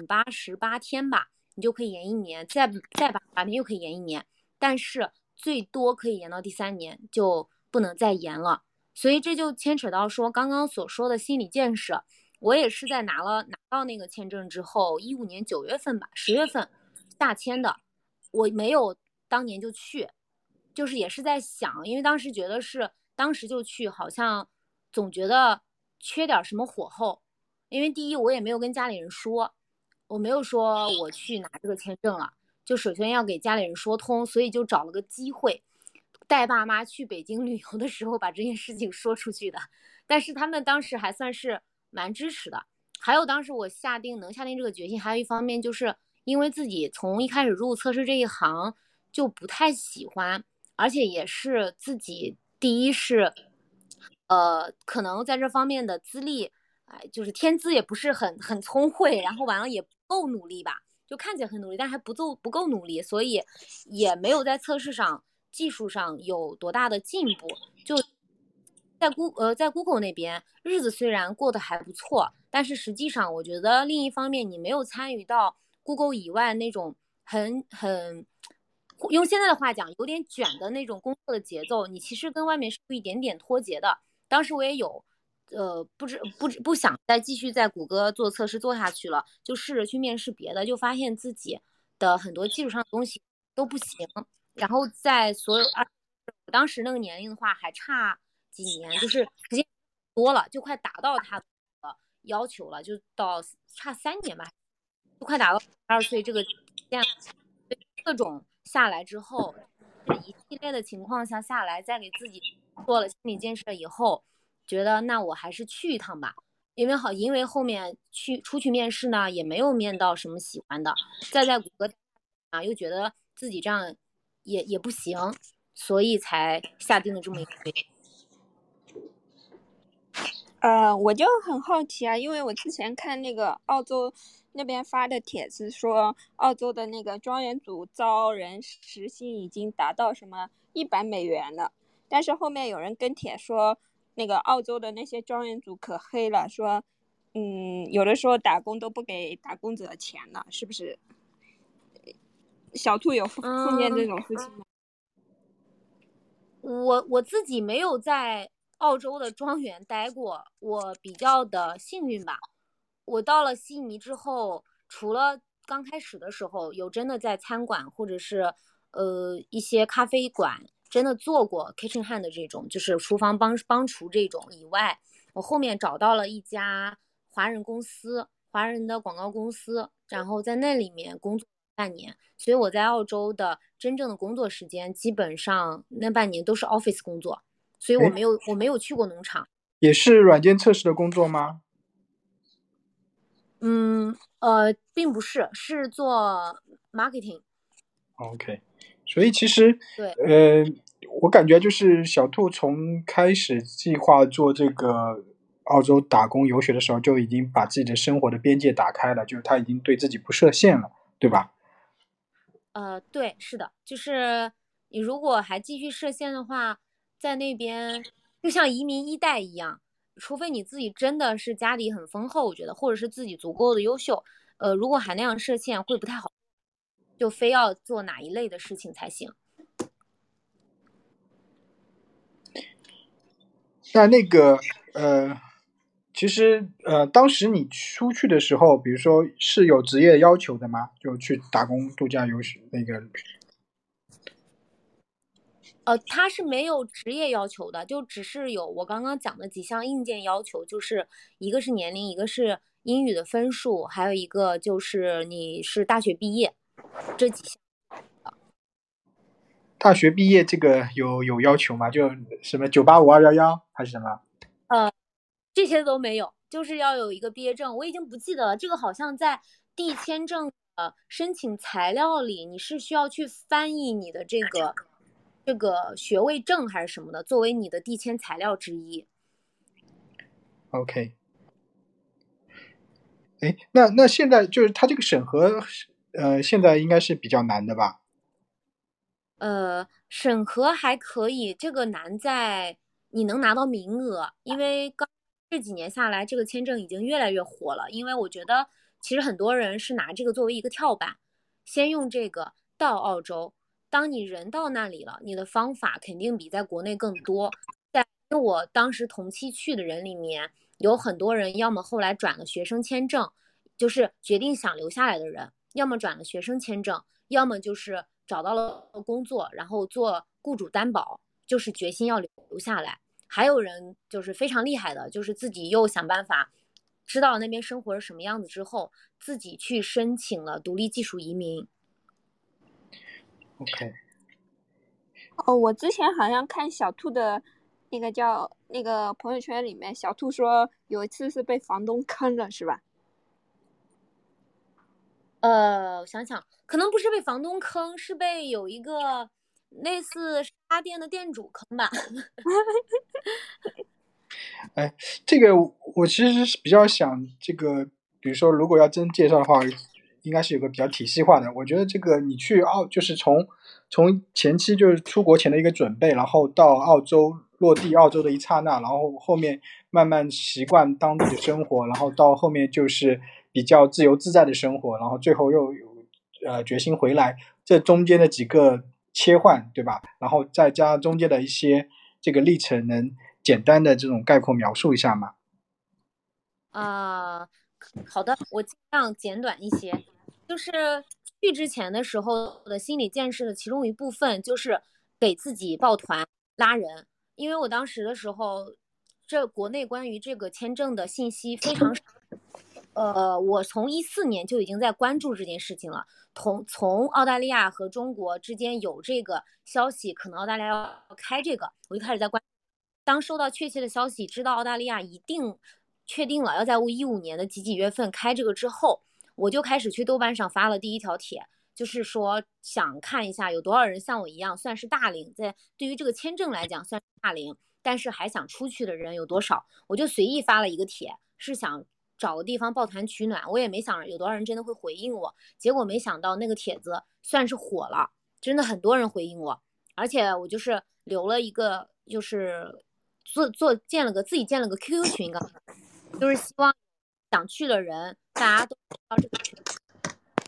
88天吧，你就可以延1年，再88天又可以延1年，但是最多可以延到第3年就不能再延了。所以这就牵扯到说刚刚所说的心理建设。我也是在拿到那个签证之后，15年9月份吧，10月份下签的，我没有当年就去，就是也是在想，因为当时觉得当时就去，好像总觉得缺点什么火候，因为第一我也没有跟家里人说，我没有说我去拿这个签证了，就首先要给家里人说通，所以就找了个机会，带爸妈去北京旅游的时候把这件事情说出去的，但是他们当时还算是蛮支持的。还有当时我能下定这个决心，还有一方面就是因为自己从一开始入测试这一行就不太喜欢，而且也是自己第一是可能在这方面的资历就是天资也不是很聪慧，然后完了也不够努力吧，就看起来很努力，但是还不够努力，所以也没有在测试上技术上有多大的进步。就在 Google 那边日子虽然过得还不错，但是实际上我觉得另一方面你没有参与到 Google 以外那种很用现在的话讲有点卷的那种工作的节奏，你其实跟外面是有一点点脱节的。当时我也有不想再继续在谷歌做测试做下去了，就试着去面试别的，就发现自己的很多技术上的东西都不行。然后在我当时那个年龄的话还差几年，就是时间多了，就快达到他的要求了，就差3年吧，就快达到12岁这个线。各种下来之后，是一系列的情况下来，再给自己做了心理建设以后，觉得那我还是去一趟吧。因为后面出去面试呢，也没有面到什么喜欢的，再在谷歌又觉得自己这样也不行，所以才下定了这么一个决定。 我就很好奇啊，因为我之前看那个澳洲那边发的帖子说，澳洲的那个庄园主招人时薪已经达到什么$100了，但是后面有人跟帖说，那个澳洲的那些庄园主可黑了，说，有的时候打工都不给打工者钱了，是不是？ 小兔有碰见这种事情吗？ 我自己没有在澳洲的庄园待过，我比较的幸运吧。我到了悉尼之后，除了刚开始的时候有真的在餐馆或者是一些咖啡馆真的做过 kitchen hand 的这种，就是厨房帮厨这种以外，我后面找到了一家华人公司，华人的广告公司，然后在那里面工作半年。所以我在澳洲的真正的工作时间，基本上那半年都是 office 工作，所以我没有去过农场。 也是软件测试的工作吗？ 并不是，是做 marketing。 OK，所以其实对， 我感觉就是小兔从开始计划做这个澳洲打工游学的时候，就已经把自己的生活的边界打开了，就是他已经对自己不设限了，对吧？ 对，是的，就是你如果还继续设限的话，在那边就像移民一代一样，除非你自己真的是家底很丰厚，我觉得，或者是自己足够的优秀，如果还那样设限会不太好，就非要做哪一类的事情才行。 那个其实当时你出去的时候，比如说是有职业要求的吗？就去打工度假游学那个。 它是没有职业要求的，就只是有我刚刚讲的几项硬件要求，就是一个是年龄，一个是英语的分数，还有一个就是你是大学毕业，这几项。 大学毕业这个有要求吗？就什么985、211还是什么？ 这些都没有，就是要有一个毕业证。我已经不记得了，这个好像在递签证的申请材料里，你是需要去翻译你的这个学位证还是什么的，作为你的递签材料之一。 OK，哎，那现在就是他这个审核，现在应该是比较难的吧？ 审核还可以，这个难在你能拿到名额，因为这几年下来，这个签证已经越来越火了。因为我觉得其实很多人是拿这个作为一个跳板，先用这个到澳洲，当你人到那里了，你的方法肯定比在国内更多。因为我当时同期去的人里面，有很多人要么后来转了学生签证，就是决定想留下来的人，要么转了学生签证，要么就是找到了工作，然后做雇主担保，就是决心要留下来。还有人就是非常厉害的，就是自己又想办法知道那边生活是什么样子之后，自己去申请了独立技术移民。 OK， 我之前好像看小兔的那个朋友圈里面，小兔说有一次是被房东坑了，是吧？ 我想想，可能不是被房东坑，是被有一个类似沙店的店主坑吧。 哎，这个我其实是比较想这个，比如说如果要真介绍的话，应该是有个比较体系化的。我觉得这个你去就是从前期就是出国前的一个准备，然后到澳洲落地澳洲的一刹那，然后后面慢慢习惯当地的生活，然后到后面就是比较自由自在的生活，然后最后又有决心回来，这中间的几个切换，对吧？然后再加中间的一些这个历程，能简单的这种概括描述一下吗？ 好的，我尽量简短一些。就是去之前的时候的心理建设的其中一部分，就是给自己抱团拉人。因为我当时的时候，这国内关于这个签证的信息非常少。我从14年就已经在关注这件事情了。从澳大利亚和中国之间有这个消息，可能澳大利亚要开这个，我就开始在关注。当收到确切的消息，知道澳大利亚一定确定了要在15年的几月份开这个之后，我就开始去豆瓣上发了第一条帖，就是说想看一下有多少人像我一样算是大龄，在对于这个签证来讲算是大龄，但是还想出去的人有多少，我就随意发了一个帖，是想找个地方抱团取暖。我也没想有多少人真的会回应我，结果没想到那个帖子算是火了，真的很多人回应我。而且我就是留了一个，就是自己建了个 QQ 群，就是希望想去的人大家都到这个群。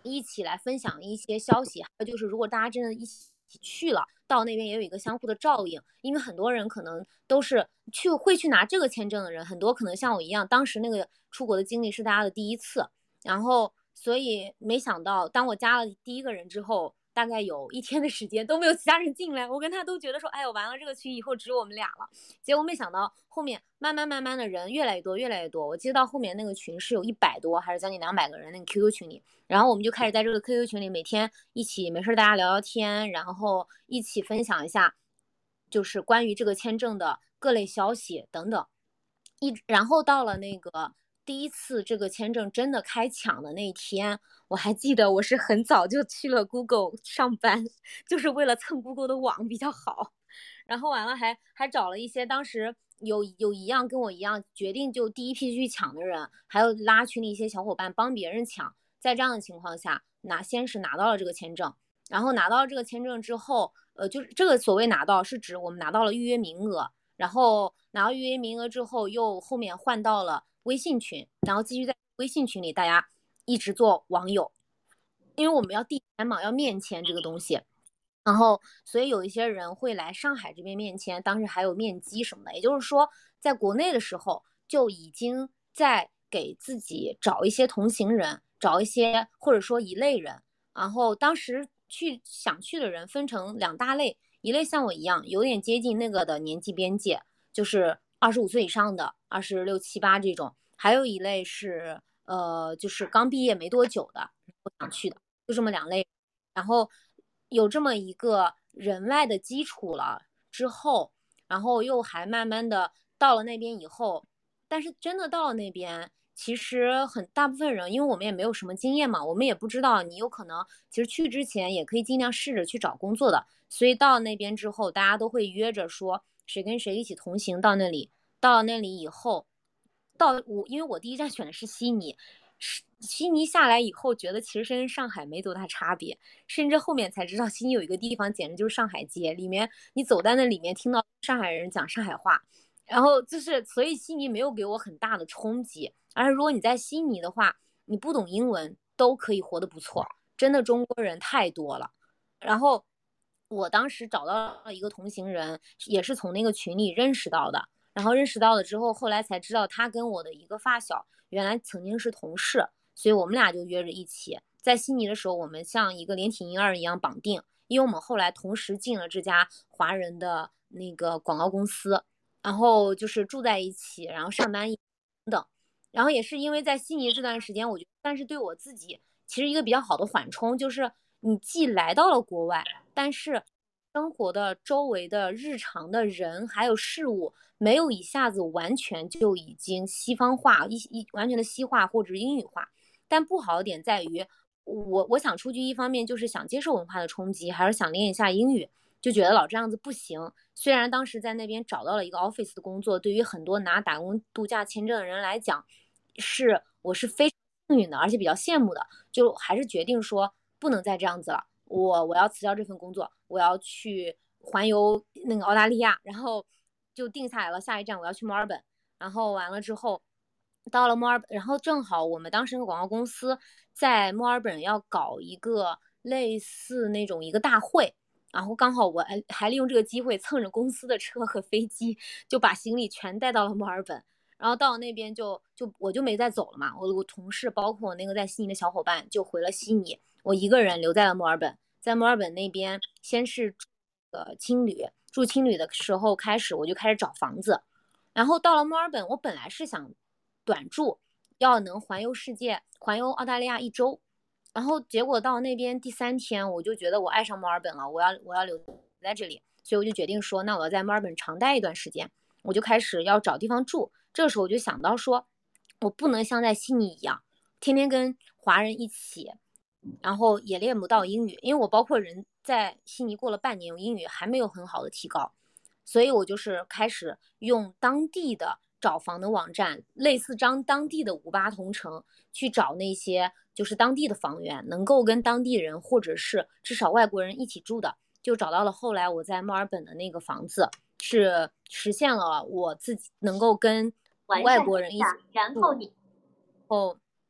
一起来分享一些消息，还有就是如果大家真的一起去了，到那边也有一个相互的照应，因为很多人可能都是会去拿这个签证的人，很多可能像我一样，当时那个出国的经历是大家的第一次，然后所以没想到当我加了第一个人之后，大概有1天的时间都没有其他人进来，我跟他都觉得说，哎呦完了，这个群以后只有我们俩了。结果没想到后面慢慢的人越来越多越来越多，我记得到后面那个群是有100多还是将近200个人那个 QQ 群里，然后我们就开始在这个 QQ 群里每天一起没事大家聊聊天，然后一起分享一下就是关于这个签证的各类消息等等。然后到了那个第一次这个签证真的开抢的那一天，我还记得我是很早就去了 Google 上班，就是为了蹭 Google 的网比较好。然后完了还找了一些当时有一样跟我一样决定就第一批去抢的人，还有拉群里一些小伙伴帮别人抢。在这样的情况下，先是拿到了这个签证，然后拿到了这个签证之后，就是这个所谓拿到是指我们拿到了预约名额，然后拿到预约名额之后，又后面换到了微信群，然后继续在微信群里大家一直做网友，因为我们要递签嘛，要面签这个东西。然后，所以有一些人会来上海这边面签，当时还有面基什么的。也就是说，在国内的时候就已经在给自己找一些同行人，找一些或者说一类人。然后当时想去的人分成2大类，一类像我一样有点接近那个的年纪边界，就是25岁以上的，26、7、8这种；还有一类是就是刚毕业没多久的，我想去的，就这么2类。然后有这么一个人脉的基础了之后，然后又还慢慢的到了那边以后，但是真的到了那边，其实很大部分人，因为我们也没有什么经验嘛，我们也不知道你有可能其实去之前也可以尽量试着去找工作的，所以到那边之后，大家都会约着说谁跟谁一起同行到那里，到了那里以后，因为我第一站选的是悉尼。悉尼下来以后，觉得其实跟上海没多大差别，甚至后面才知道悉尼有一个地方简直就是上海街，里面你走在那里面听到上海人讲上海话，然后就是所以悉尼没有给我很大的冲击，而如果你在悉尼的话，你不懂英文都可以活得不错，真的中国人太多了。然后我当时找到了一个同行人，也是从那个群里认识到的，然后认识到了之后，后来才知道他跟我的一个发小原来曾经是同事，所以我们俩就约着一起在悉尼的时候，我们像一个连体婴儿一样绑定，因为我们后来同时进了这家华人的那个广告公司，然后就是住在一起，然后上班等等，然后也是因为在悉尼这段时间，我觉得算是对我自己其实一个比较好的缓冲，就是你既来到了国外，但是生活的周围的日常的人还有事物没有一下子完全就已经西方化，完全的西化或者英语化。但不好的点在于，我想出去，一方面就是想接受文化的冲击，还是想练一下英语，就觉得老这样子不行。虽然当时在那边找到了一个 office 的工作，对于很多拿打工度假签证的人来讲，我是非常幸运的，而且比较羡慕的，就还是决定说不能再这样子了。我要辞掉这份工作，我要去环游那个澳大利亚，然后就定下来了，下一站我要去墨尔本。然后完了之后，到了墨尔本，然后正好我们当时那个广告公司在墨尔本要搞一个类似那种一个大会，然后刚好我还利用这个机会蹭着公司的车和飞机，就把行李全带到了墨尔本。然后到了那边我就没再走了嘛，我同事包括我那个在悉尼的小伙伴就回了悉尼，我一个人留在了墨尔本。在墨尔本那边先是住青旅的时候开始我就开始找房子，然后到了墨尔本，我本来是想短住，要能环游世界，环游澳大利亚1周，然后结果到那边第3天，我就觉得我爱上墨尔本了，我要留在这里，所以我就决定说，那我要在墨尔本长待一段时间，我就开始要找地方住。这个时候我就想到说，我不能像在悉尼一样，天天跟华人一起，然后也练不到英语，因为我包括人在悉尼过了半年，我英语还没有很好的提高，所以我就是开始用当地的找房的网站，类似当地的58同城去找那些就是当地的房源，能够跟当地人或者是至少外国人一起住的，就找到了后来我在墨尔本的那个房子，是实现了我自己能够跟外国人一起住，然后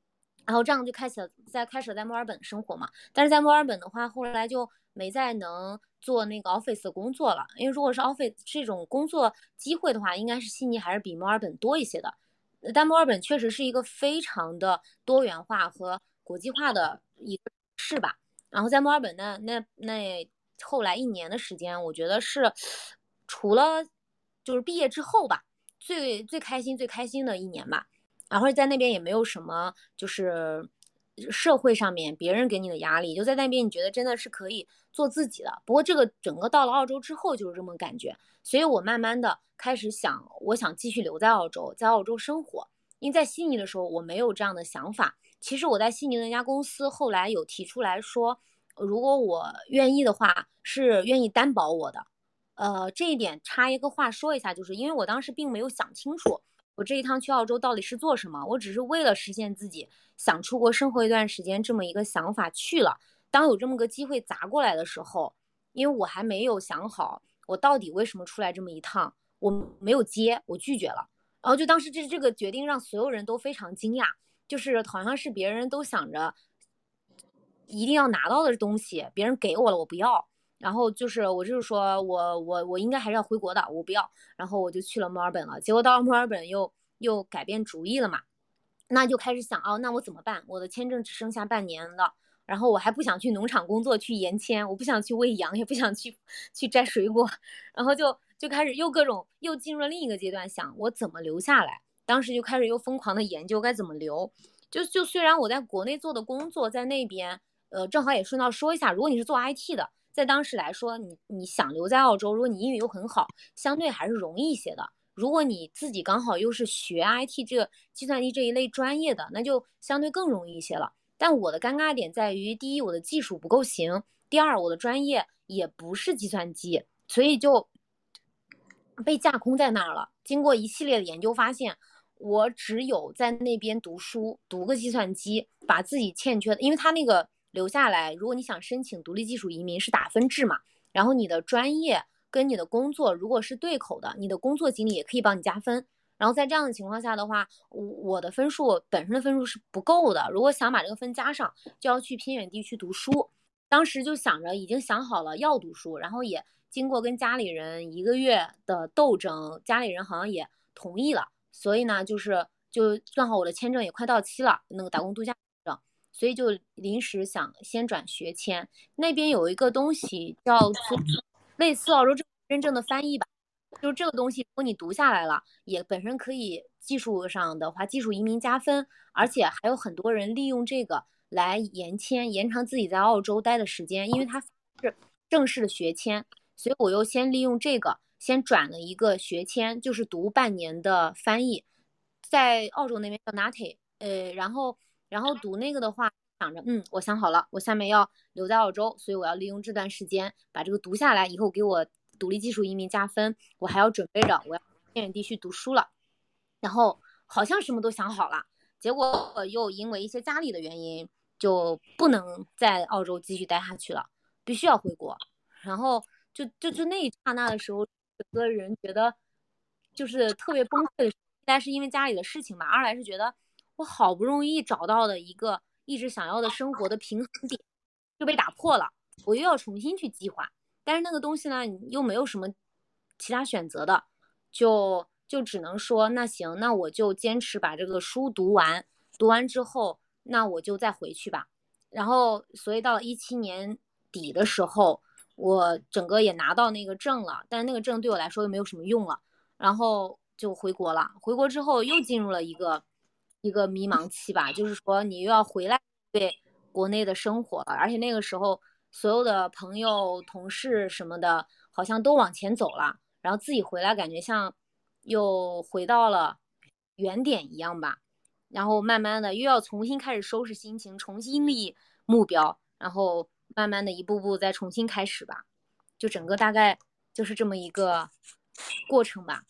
然后这样就开始在墨尔本生活嘛。但是在墨尔本的话，后来就没再能做那个 office 的工作了，因为如果是 office 这种工作机会的话，应该是悉尼还是比墨尔本多一些的。但墨尔本确实是一个非常的多元化和国际化的一个市吧。然后在墨尔本那后来1年的时间，我觉得是除了就是毕业之后吧，最开心的1年吧。然后在那边也没有什么就是社会上面别人给你的压力，就在那边你觉得真的是可以做自己的。不过这个整个到了澳洲之后就是这么感觉，所以我慢慢的开始想，我想继续留在澳洲，在澳洲生活。因为在悉尼的时候我没有这样的想法。其实我在悉尼的那家公司后来有提出来说，如果我愿意的话，是愿意担保我的。这一点插一个话说一下，就是因为我当时并没有想清楚，我这一趟去澳洲到底是做什么，我只是为了实现自己想出国生活一段时间这么一个想法去了。当有这么个机会砸过来的时候，因为我还没有想好我到底为什么出来这么一趟，我没有接，我拒绝了。然后就当时这个决定让所有人都非常惊讶，就是好像是别人都想着一定要拿到的东西，别人给我了我不要。然后就是我就是说我应该还是要回国的，我不要。然后我就去了墨尔本了。结果到了墨尔本又改变主意了嘛，那就开始想那我怎么办？我的签证只剩下半年了，然后我还不想去农场工作去延签，我不想去喂羊，也不想去摘水果。然后就开始又进入了另一个阶段，想我怎么留下来。当时就开始又疯狂的研究该怎么留。就虽然我在国内做的工作在那边，正好也顺道说一下，如果你是做 IT 的，在当时来说，你想留在澳洲，如果你英语又很好，相对还是容易一些的。如果你自己刚好又是学 IT 这个计算机这一类专业的，那就相对更容易一些了。但我的尴尬点在于，第一，我的技术不够行；第二，我的专业也不是计算机，所以就被架空在那儿了。经过一系列的研究，发现我只有在那边读书，读个计算机，把自己欠缺的，因为他那个留下来，如果你想申请独立技术移民是打分制嘛，然后你的专业跟你的工作如果是对口的，你的工作经历也可以帮你加分。然后在这样的情况下的话，我的分数本身的分数是不够的，如果想把这个分加上，就要去偏远地区读书。当时就想着已经想好了要读书，然后也经过跟家里人1个月的斗争，家里人好像也同意了。所以呢，就正好我的签证也快到期了，那个打工度假证，所以就临时想先转学签。那边有一个东西叫做类似澳洲真正的翻译吧，就是这个东西，如果你读下来了，也本身可以技术上的话，技术移民加分，而且还有很多人利用这个来延签，延长自己在澳洲待的时间，因为它是正式的学签，所以我又先利用这个，先转了一个学签，就是读半年的翻译，在澳洲那边叫 NATE，然后读那个的话，想着我想好了，我下面要留在澳洲，所以我要利用这段时间把这个读下来，以后给我独立技术移民加分。我还要准备着我要偏远地区读书了，然后好像什么都想好了，结果又因为一些家里的原因，就不能在澳洲继续待下去了，必须要回国。然后就那一刹那的时候，整个人觉得就是特别崩溃的时候。一来是因为家里的事情吧，二来是觉得我好不容易找到的一个一直想要的生活的平衡点就被打破了，我又要重新去计划。但是那个东西呢，你又没有什么其他选择的，就只能说那行，那我就坚持把这个书读完，读完之后，那我就再回去吧。然后，所以到了17年底的时候，我整个也拿到那个证了，但是那个证对我来说又没有什么用了，然后就回国了。回国之后又进入了一个迷茫期吧，就是说你又要回来对国内的生活了，而且那个时候所有的朋友、同事什么的，好像都往前走了，然后自己回来感觉像又回到了原点一样吧。然后慢慢的又要重新开始收拾心情，重新立目标，然后慢慢的一步步再重新开始吧。就整个大概就是这么一个过程吧。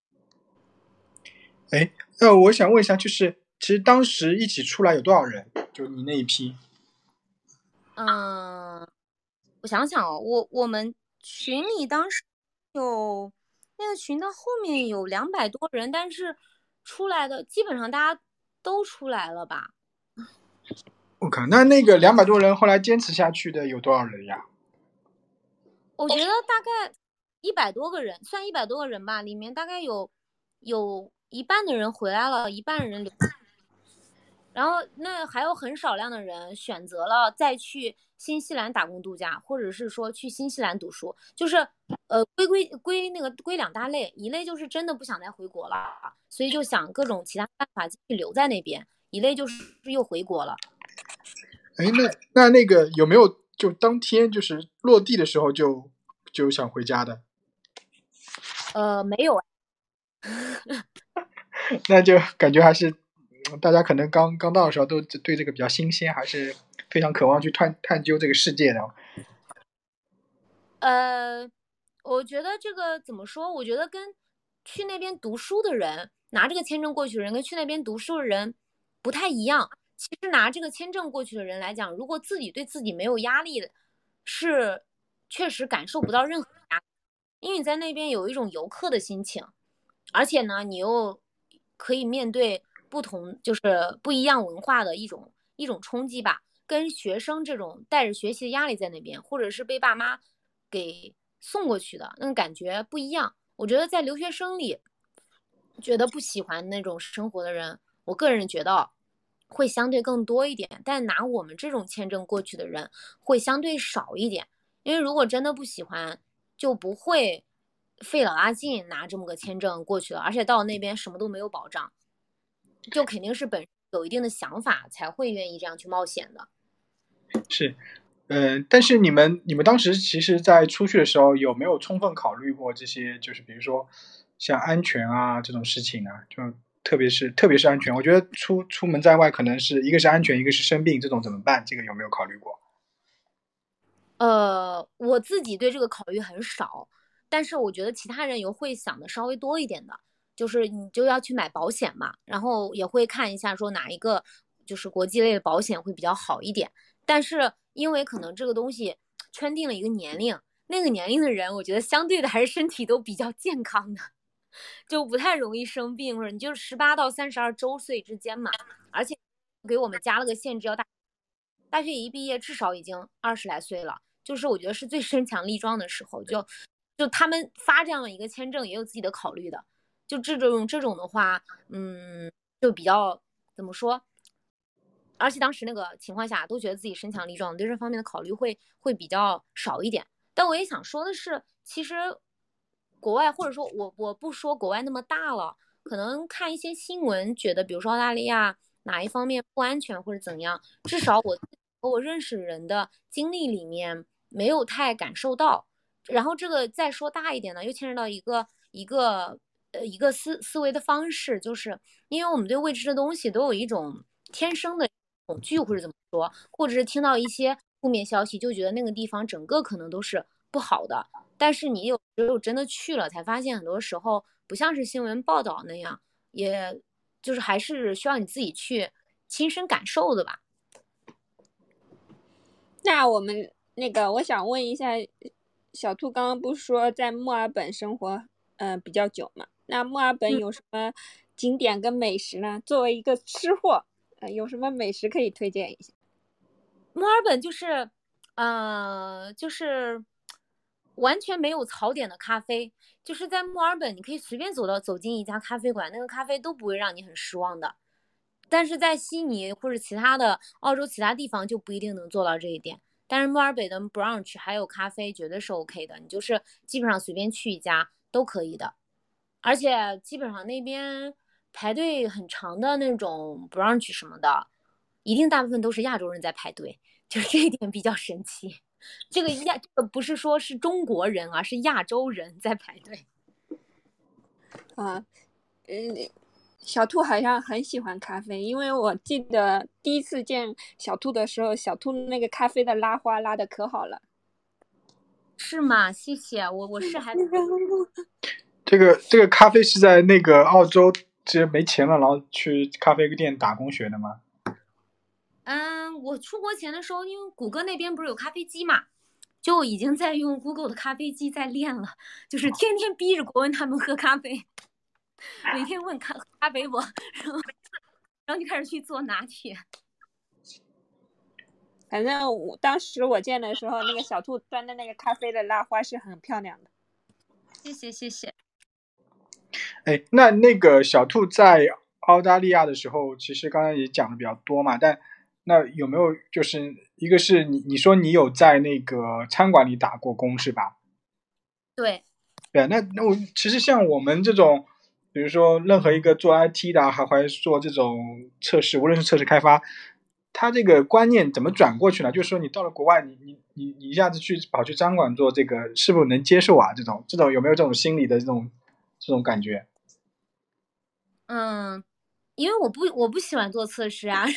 哎，我想问一下，就是其实当时一起出来有多少人？就你那一批？ 我想想哦，我们群里当时有那个群的后面有200多人，但是出来的基本上大家都出来了吧？ 我靠，那个200多人后来坚持下去的有多少人呀？ 我觉得大概100多个人，算100多个人吧，里面大概有一半的人回来了，一半人留。然后那还有很少量的人选择了再去新西兰打工度假，或者是说去新西兰读书，就是归两大类，一类就是真的不想再回国了，所以就想各种其他办法继续留在那边；一类就是又回国了。 哎，那个有没有就当天就是落地的时候就想回家的？ 没有。 那就感觉还是大家可能刚到的时候都对这个比较新鲜，还是非常渴望去探究这个世界的。 我觉得这个怎么说？我觉得跟去那边读书的人拿这个签证过去的人跟去那边读书的人不太一样。其实拿这个签证过去的人来讲，如果自己对自己没有压力的，是确实感受不到任何压力，因为你在那边有一种游客的心情，而且呢，你又可以面对不同就是不一样文化的一种冲击吧。跟学生这种带着学习的压力在那边，或者是被爸妈给送过去的那种感觉不一样。我觉得在留学生里，觉得不喜欢那种生活的人，我个人觉得会相对更多一点，但拿我们这种签证过去的人会相对少一点。因为如果真的不喜欢，就不会费老大劲拿这么个签证过去了，而且到那边什么都没有保障，就肯定是本身有一定的想法才会愿意这样去冒险的。 是，但是你们当时其实在出去的时候有没有充分考虑过这些，就是比如说像安全啊这种事情呢？就特别是安全，我觉得出门在外可能是一个是安全，一个是生病，这种怎么办？这个有没有考虑过？ 我自己对这个考虑很少，但是我觉得其他人有会想的稍微多一点的，就是你就要去买保险嘛，然后也会看一下说哪一个就是国际类的保险会比较好一点。但是因为可能这个东西圈定了一个年龄，那个年龄的人，我觉得相对的还是身体都比较健康的，就不太容易生病，或者你就是18到32周岁之间嘛，而且给我们加了个限制，要大学一毕业至少已经20来岁了。就是我觉得是最身强力壮的时候，就他们发这样一个签证也有自己的考虑的，就这种的话，就比较怎么说？而且当时那个情况下，都觉得自己身强力壮，对这方面的考虑会比较少一点。但我也想说的是，其实国外或者说我不说国外那么大了，可能看一些新闻，觉得比如说澳大利亚哪一方面不安全或者怎样，至少我和我认识人的经历里面没有太感受到。然后这个再说大一点呢，又牵扯到一个思维的方式，就是因为我们对未知的东西都有一种天生的恐惧，或者怎么说，或者是听到一些负面消息，就觉得那个地方整个可能都是不好的。但是你只有真的去了，才发现很多时候不像是新闻报道那样，也就是还是需要你自己去亲身感受的吧。 那我们我想问一下，小兔刚刚不是说在墨尔本生活比较久嘛？那墨尔本有什么景点跟美食呢？作为一个吃货，有什么美食可以推荐一下？ 墨尔本就是完全没有槽点的咖啡，就是在墨尔本你可以随便走进一家咖啡馆，那个咖啡都不会让你很失望的。但是在悉尼或者其他的澳洲其他地方就不一定能做到这一点。但是墨尔本的 brunch 还有咖啡绝对是 OK 的，你就是基本上随便去一家都可以的。而且基本上那边排队很长的那种 brunch 什么的，一定大部分都是亚洲人在排队，就是这一点比较神奇。这个不是说是中国人，而是亚洲人在排队。 小兔好像很喜欢咖啡，因为我记得第一次见小兔的时候，小兔那个咖啡的拉花拉的可好了。 是吗？谢谢，我是还这个咖啡是在那个澳洲直接没钱了，然后去咖啡店打工学的吗？ 我出国前的时候，因为谷歌那边不是有咖啡机嘛，就已经在用 Google 的咖啡机在练了，就是天天逼着国文他们喝咖啡，每天问咖啡不，然后就开始去做拿铁。 反正当时我见的时候，那个小兔端的那个咖啡的拉花是很漂亮的。 谢谢谢谢。 哎，那个小兔在澳大利亚的时候，其实刚才也讲的比较多嘛，但那有没有就是一个是你说你有在那个餐馆里打过工是吧？ 对。 对，那我其实像我们这种，比如说任何一个做 IT 的，还是做这种测试，无论是测试开发，他这个观念怎么转过去呢？就是说你到了国外，你一下子跑去餐馆做这个，是不是能接受啊？这种有没有这种心理的这种感觉？ 因为我不喜欢做测试啊，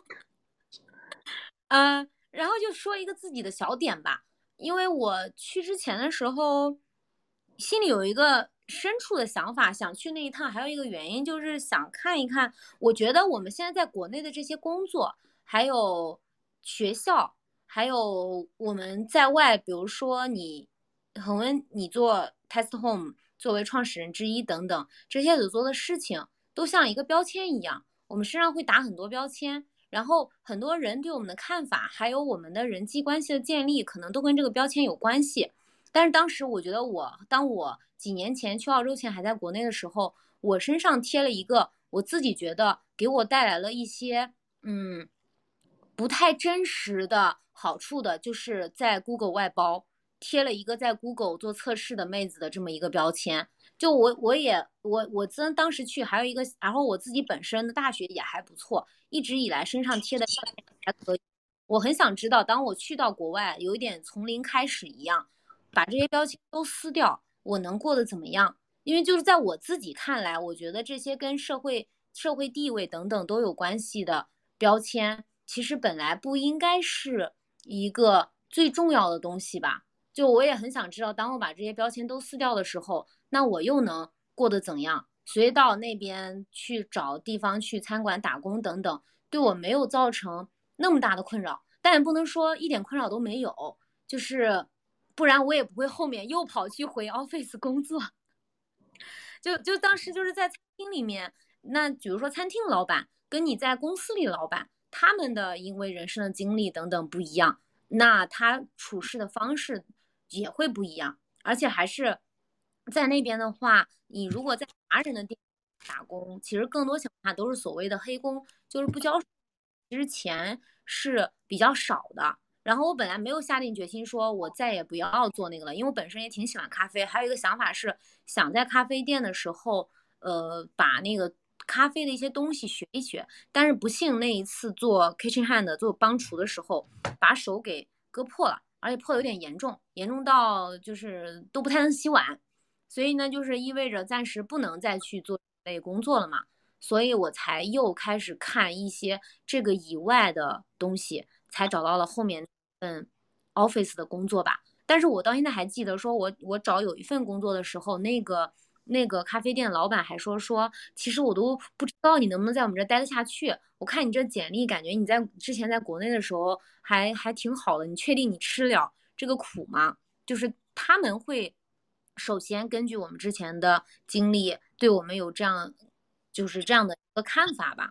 然后就说一个自己的小点吧，因为我去之前的时候，心里有一个深处的想法，想去那一趟，还有一个原因就是想看一看，我觉得我们现在在国内的这些工作，还有学校，还有我们在外，比如说你做 Test Home 作为创始人之一等等，这些所做的事情都像一个标签一样，我们身上会打很多标签。然后很多人对我们的看法，还有我们的人际关系的建立，可能都跟这个标签有关系。但是当时我觉得当我几年前去澳洲前还在国内的时候，我身上贴了一个我自己觉得给我带来了一些不太真实的好处的，就是在 Google 外包贴了一个在 Google 做测试的妹子的这么一个标签。就我当时去还有一个，然后我自己本身的大学也还不错，一直以来身上贴的还可以。我很想知道，当我去到国外，有一点从零开始一样，把这些标签都撕掉，我能过得怎么样？因为就是在我自己看来，我觉得这些跟社会地位等等都有关系的标签，其实本来不应该是一个最重要的东西吧。就我也很想知道，当我把这些标签都撕掉的时候，那我又能过得怎样？所以到那边去找地方去餐馆打工等等，对我没有造成那么大的困扰，但也不能说一点困扰都没有，就是不然我也不会后面又跑去回 office 工作。就当时就是在餐厅里面，那比如说餐厅老板跟你在公司里老板，他们的因为人生的经历等等不一样，那他处事的方式也会不一样，而且还是在那边的话，你如果在华人的店打工，其实更多情况下都是所谓的黑工，就是不交，其实钱是比较少的。然后我本来没有下定决心说我再也不要做那个了，因为我本身也挺喜欢咖啡，还有一个想法是想在咖啡店的时候，把那个咖啡的一些东西学一学。但是不幸那一次做 kitchen hand 做帮厨的时候，把手给割破了，而且破的有点严重，严重到就是都不太能洗碗，所以呢，就是意味着暂时不能再去做这类工作了嘛。所以我才又开始看一些这个以外的东西，才找到了后面office 的工作吧。但是我到现在还记得，说我找有一份工作的时候，那个咖啡店老板还说，其实我都不知道你能不能在我们这待得下去。我看你这简历，感觉你在之前在国内的时候还挺好的，你确定你吃了这个苦吗？就是他们会首先根据我们之前的经历，对我们有就是这样的一个看法吧。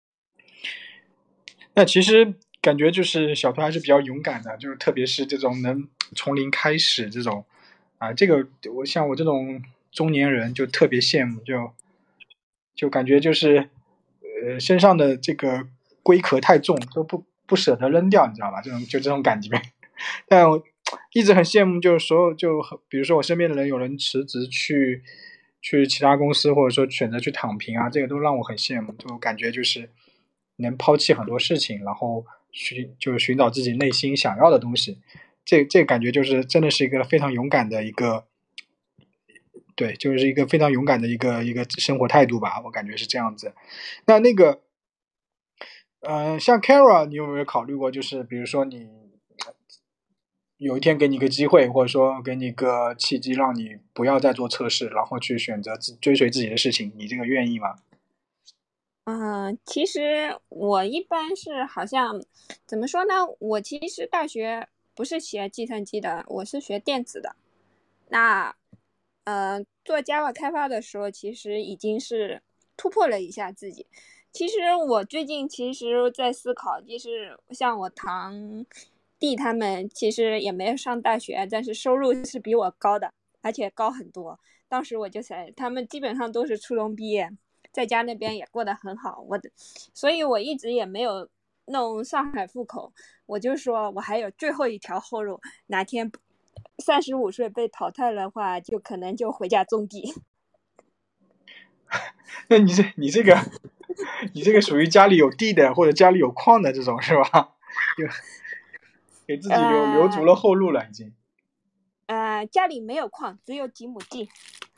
那其实感觉就是小兔还是比较勇敢的，就是特别是这种能从零开始这种啊，这个像我这种中年人就特别羡慕，就感觉就是身上的这个龟壳太重，都不舍得扔掉，你知道吧？这种感觉。但我一直很羡慕，就是所有比如说我身边的人有人辞职去其他公司，或者说选择去躺平啊，这个都让我很羡慕，就感觉就是能抛弃很多事情，然后寻找自己内心想要的东西，这感觉就是真的是一个非常勇敢的一个。对，就是一个非常勇敢的一个生活态度吧，我感觉是这样子。那个，像 Kara，你有没有考虑过，就是比如说你有一天给你一个机会，或者说给你一个契机，让你不要再做测试，然后去选择追随自己的事情，你这个愿意吗？ 其实我一般是好像怎么说呢？我其实大学不是学计算机的，我是学电子的。那做 Java 开发的时候，其实已经是突破了一下自己。 其实我最近在思考，就是像我堂弟他们其实也没有上大学，但是收入是比我高的，而且高很多。当时我就想，他们基本上都是初中毕业，在家那边也过得很好。所以我一直也没有弄上海户口，我就说我还有最后一条后路，哪天35岁被淘汰的话，就可能就回家种地。 那你这个属于家里有地的或者家里有矿的这种是吧？就给自己留足了后路了已经。 家里没有矿，只有几亩地。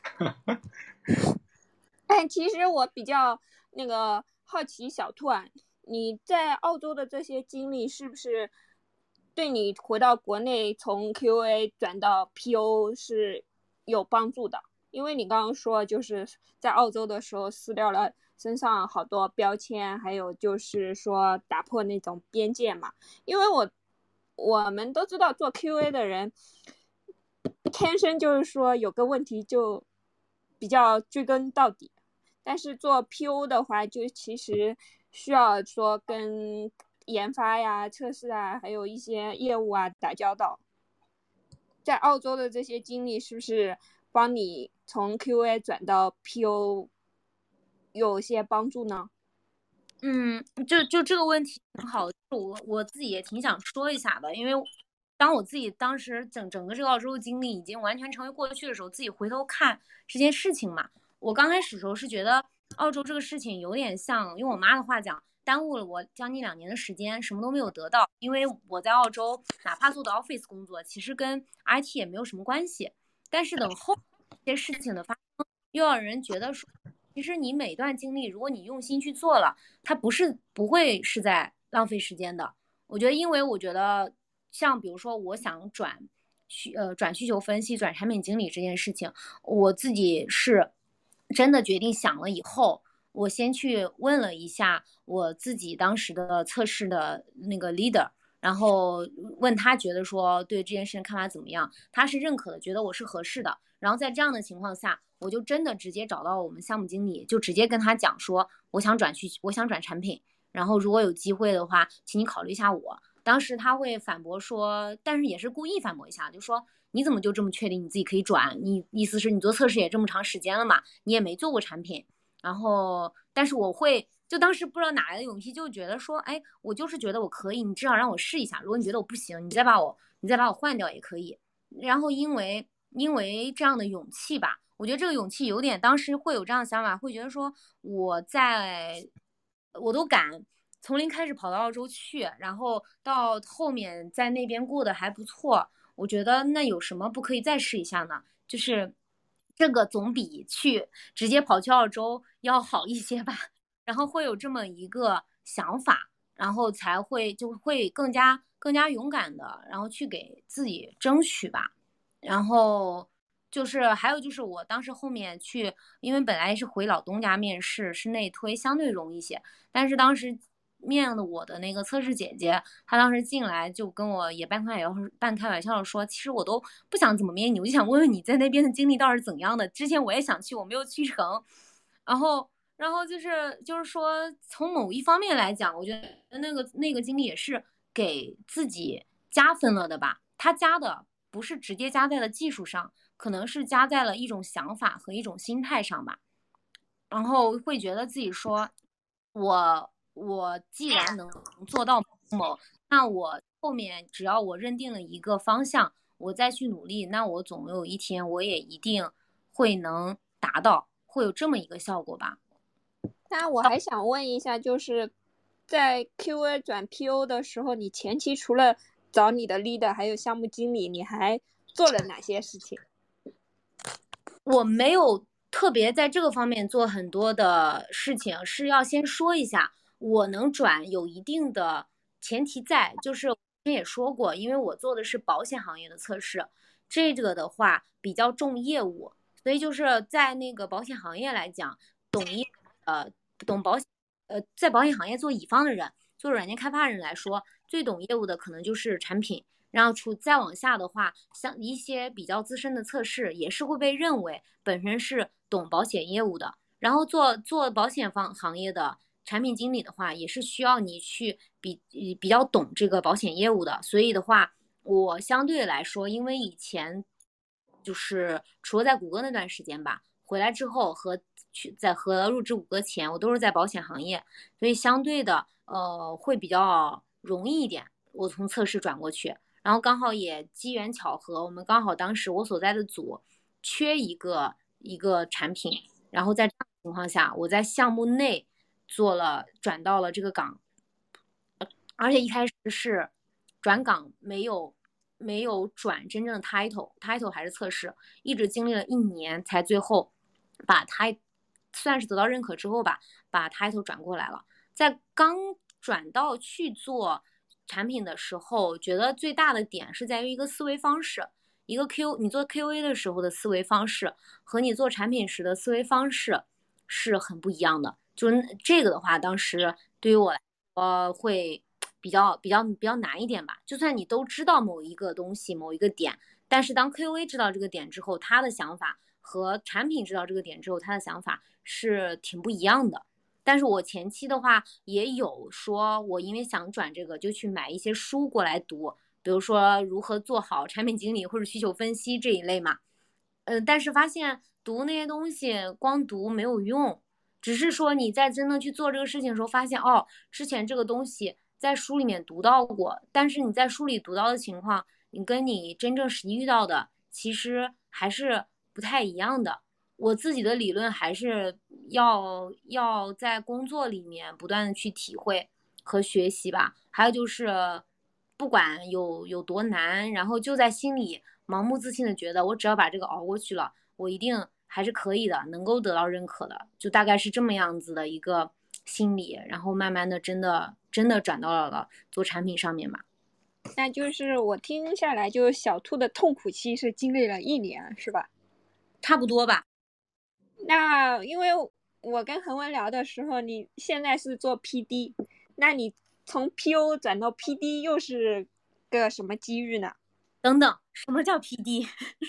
但其实我比较好奇小兔啊，你在澳洲的这些经历是不是对你回到国内从 QA 转到 PO 是有帮助的？因为你刚刚说就是在澳洲的时候撕掉了身上好多标签，还有就是说打破那种边界嘛。因为我们都知道做 QA 的人天生就是说有个问题就比较追根到底，但是做 PO 的话就其实需要说跟研发呀、测试啊，还有一些业务啊打交道。在澳洲的这些经历是不是帮你从 QA 转到 PO 有些帮助呢？ 就这个问题很好，我自己也挺想说一下的，因为当我自己当时整个这个澳洲经历已经完全成为过去的时候，自己回头看这件事情嘛，我刚开始的时候是觉得澳洲这个事情有点像，用我妈的话讲，耽误了我将近2年的时间，什么都没有得到。因为我在澳洲哪怕做的 office 工作，其实跟 IT 也没有什么关系，但是等后这些事情的发生，又让人觉得说，其实你每段经历，如果你用心去做了，它不会是在浪费时间的。我觉得，因为我觉得像比如说，我想转需求分析、转产品经理这件事情，我自己是真的决定想了以后，我先去问了一下我自己当时的测试的那个 leader。然后问他觉得说对这件事情看法怎么样，他是认可的，觉得我是合适的。然后在这样的情况下，我就真的直接找到我们项目经理，就直接跟他讲说，我想转产品，然后如果有机会的话，请你考虑一下我。当时他会反驳说，但是也是故意反驳一下，就说你怎么就这么确定你自己可以转？你意思是你做测试也这么长时间了嘛，你也没做过产品。然后，但是就当时不知道哪来的勇气，就觉得说，哎，我就是觉得我可以，你至少让我试一下。如果你觉得我不行，你再把我换掉也可以。然后因为这样的勇气吧，我觉得这个勇气有点，当时会有这样的想法，会觉得说我都敢从零开始跑到澳洲去，然后到后面在那边过得还不错，我觉得那有什么不可以再试一下呢？就是这个总比直接跑去澳洲要好一些吧。然后会有这么一个想法，然后就会更加勇敢的，然后去给自己争取吧。然后还有就是我当时后面去，因为本来是回老东家面试，是内推相对容易一些，但是当时面了我的那个测试姐姐，她当时进来就跟我也半开玩笑的说，其实我都不想怎么面你，我就想问问你在那边的经历到底是怎样的。之前我也想去，我没有去成，然后就是说，从某一方面来讲，我觉得那个经历也是给自己加分了的吧。他加的不是直接加在了技术上，可能是加在了一种想法和一种心态上吧。然后会觉得自己说，我既然能做到某，那我后面只要我认定了一个方向，我再去努力，那我总有一天我也一定会能达到，会有这么一个效果吧。 那我还想问一下，就是在 QA 转 PO 的时候，你前期除了找你的 leader 还有项目经理，你还做了哪些事情？ 我没有特别在这个方面做很多的事情，是要先说一下，我能转有一定的前提在，就是我之前也说过，因为我做的是保险行业的测试，这个的话比较重业务，所以就是在那个保险行业来讲，懂保险，在保险行业做乙方的人，做软件开发人来说，最懂业务的可能就是产品。然后再往下的话，像一些比较资深的测试也是会被认为本身是懂保险业务的。然后做保险行业的产品经理的话，也是需要你去比较懂这个保险业务的。所以的话，我相对来说，因为以前就是除了在谷歌那段时间吧，回来之后和入职谷歌前，我都是在保险行业，所以相对的会比较容易一点。我从测试转过去，然后刚好也机缘巧合，我们刚好当时我所在的组缺一个产品，然后在这样的情况下，我在项目内转到了这个岗，而且一开始是转岗没有转真正的 title 还是测试，一直经历了1年才最后把算是得到认可之后吧，把 title 转过来了。在刚转到去做产品的时候，觉得最大的点是在于一个思维方式，你做 QA 的时候的思维方式和你做产品时的思维方式是很不一样的。就是这个的话，当时对于我来说会比较难一点吧。就算你都知道某一个东西某一个点，但是当 QA 知道这个点之后，他的想法和产品知道这个点之后，他的想法是挺不一样的。但是我前期的话也有说，我因为想转这个，就去买一些书过来读，比如说如何做好产品经理或者需求分析这一类嘛。但是发现读那些东西光读没有用，只是说你在真的去做这个事情的时候，发现之前这个东西在书里面读到过，但是你在书里读到的情况，你跟你真正实际遇到的其实还是不太一样的。我自己的理论还是要在工作里面不断的去体会和学习吧。还有就是不管有多难，然后就在心里盲目自信的觉得我只要把这个熬过去了，我一定还是可以的，能够得到认可的，就大概是这么样子的一个心理。然后慢慢的真的转到了做产品上面吧。 那就是我听下来，就是小兔的痛苦期是经历了1年，是吧？ 差不多吧。 那因为我跟恒文聊的时候，你现在是做 PD， 那你从 PO 转到 PD 又是个什么机遇呢？ 等等，什么叫 PD？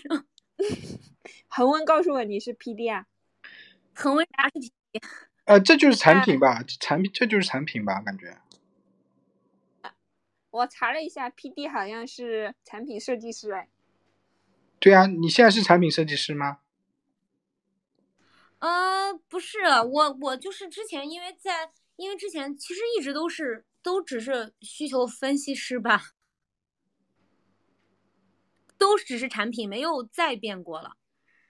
恒文告诉我你是 PD 啊。 恒温啥是 PD？ 这就是产品吧，这就是产品吧，感觉。 我查了一下 PD 好像是产品设计师。 对啊，你现在是产品设计师吗？ 不是，我就是之前因为之前其实一直都只是需求分析师吧，都只是产品，没有再变过了。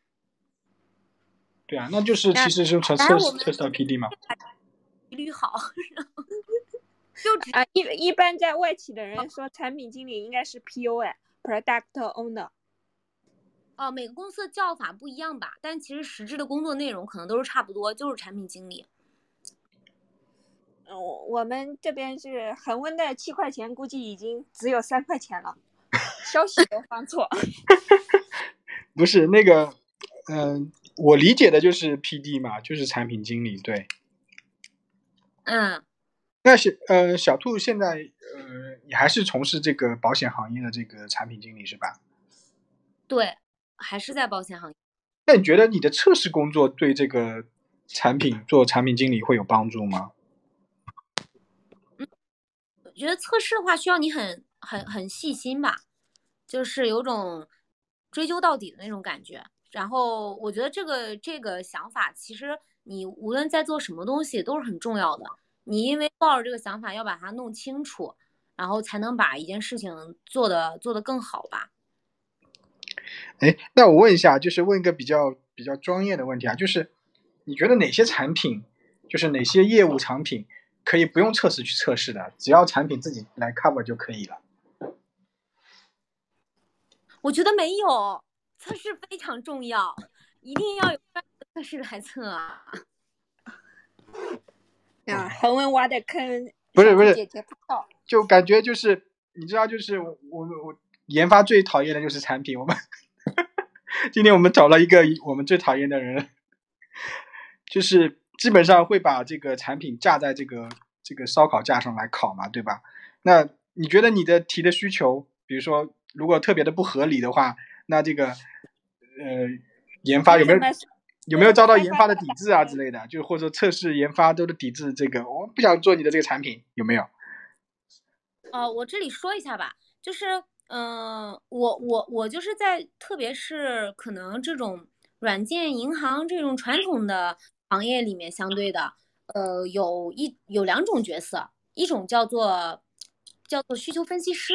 对啊，那就是其实是测试到 PD 嘛。 比率好， 就一般在外企的人说产品经理应该是 PO Product Owner。 每个公司的叫法不一样吧，但其实实质的工作内容可能都是差不多，就是产品经理。 我们这边是恒温的7块钱，估计已经只有3块钱了，消息都放错。 不是那个，我理解的就是 PD 嘛，就是产品经理，对。那是小兔现在你还是从事这个保险行业的这个产品经理是吧？ 对，还是在保险行业。 那你觉得你的测试工作对这个做产品经理会有帮助吗？ 我觉得测试的话需要你很细心吧，就是有种追究到底的那种感觉。然后我觉得这个想法，其实你无论在做什么东西都是很重要的。你因为抱着这个想法要把它弄清楚，然后才能把一件事情做得更好吧。 那我问一下，就是问一个比较专业的问题啊，就是你觉得哪些产品，就是哪些业务产品可以不用测试去测试的，只要产品自己来 cover 就可以了？ 我觉得没有，测试非常重要，一定要有测试来测啊。恒温挖的坑， 不是姐姐不到， 就感觉就是你知道，就是我研发最讨厌的就是产品。我们今天我们找了一个我们最讨厌的人，就是基本上会把这个产品架在这个烧烤架上来烤嘛，对吧？那你觉得你的提的需求，比如说如果特别的不合理的话，那这个研发有没有有没有遭到研发的抵制啊之类的？就或者测试研发都是抵制这个，我不想做你的这个产品，有没有？ 我这里说一下吧，就是我就是在特别是可能这种软件银行这种传统的行业里面，相对的有两种角色，一种叫做需求分析师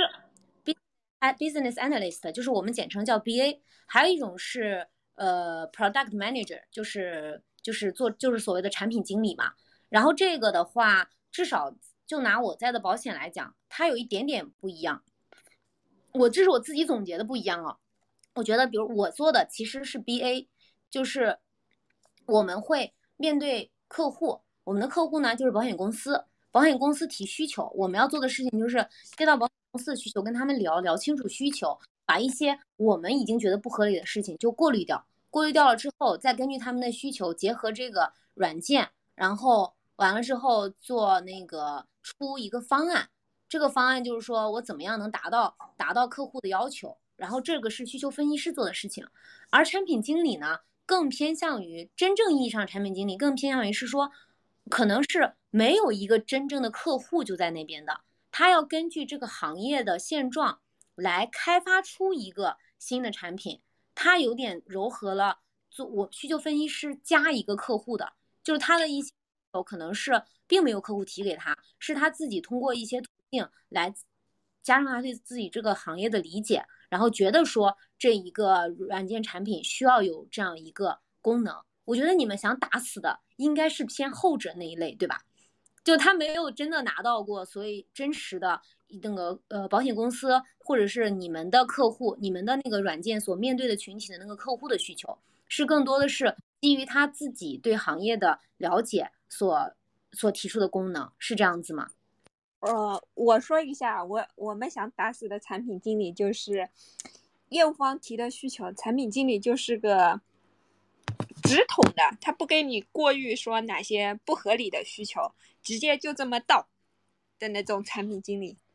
，business analyst，就是我们简称叫 BA，还有一种是product manager，就是所谓的产品经理嘛。然后这个的话，至少就拿我在的保险来讲，它有一点点不一样。这是我自己总结的不一样哦。我觉得，比如我做的其实是 BA，就是我们会面对客户，我们的客户呢就是保险公司，保险公司提需求，我们要做的事情就是接到保险公司的需求，跟他们聊清楚需求，把一些我们已经觉得不合理的事情就过滤掉，过滤掉了之后，再根据他们的需求，结合这个软件，然后完了之后做那个出一个方案。这个方案就是说我怎么样能达到客户的要求，然后这个是需求分析师做的事情，而产品经理呢，更偏向于真正意义上的产品经理，更偏向于是说，可能是没有一个真正的客户就在那边的，他要根据这个行业的现状来开发出一个新的产品，他有点糅合了做我需求分析师加一个客户的，就是他的一些可能是并没有客户提给他，是他自己通过一些途径来加上他对自己这个行业的理解，然后觉得说这一个软件产品需要有这样一个功能。我觉得你们想打死的应该是偏后者那一类，对吧？就他没有真的拿到过，所以真实的那个保险公司或者是你们的客户，你们的那个软件所面对的群体的那个客户的需求，是更多的是基于他自己对行业的了解所提出的功能，是这样子吗？ 我说一下，我们想打死的产品经理就是业务方提的需求，产品经理就是个直筒的，他不给你过滤说哪些不合理的需求，直接就这么到的那种产品经理。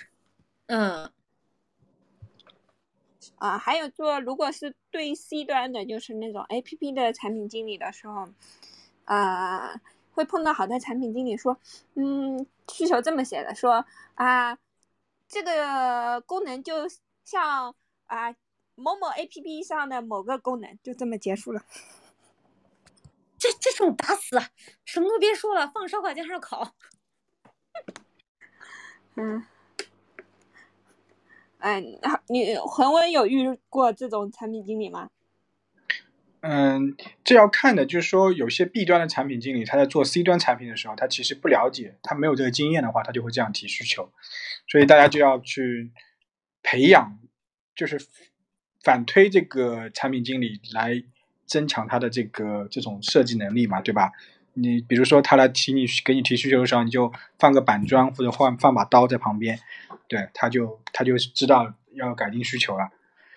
还有如果是对 C 端的，就是那种 APP 的产品经理的时候，会碰到好的产品经理说，需求这么写的，说这个功能就像某某 APP 上的某个功能，就这么结束了。 这种打死，什么都别说了，放烧烤架上烤。 你恒温有遇过这种产品经理吗？ 这要看的，就是说有些 B 端的产品经理，他在做 C 端产品的时候，他其实不了解，他没有这个经验的话，他就会这样提需求，所以大家就要去培养，就是反推这个产品经理来增强他的这种设计能力嘛，对吧？你比如说他来给你提需求的时候，你就放个板砖或者放把刀在旁边，对，他就知道要改进需求了。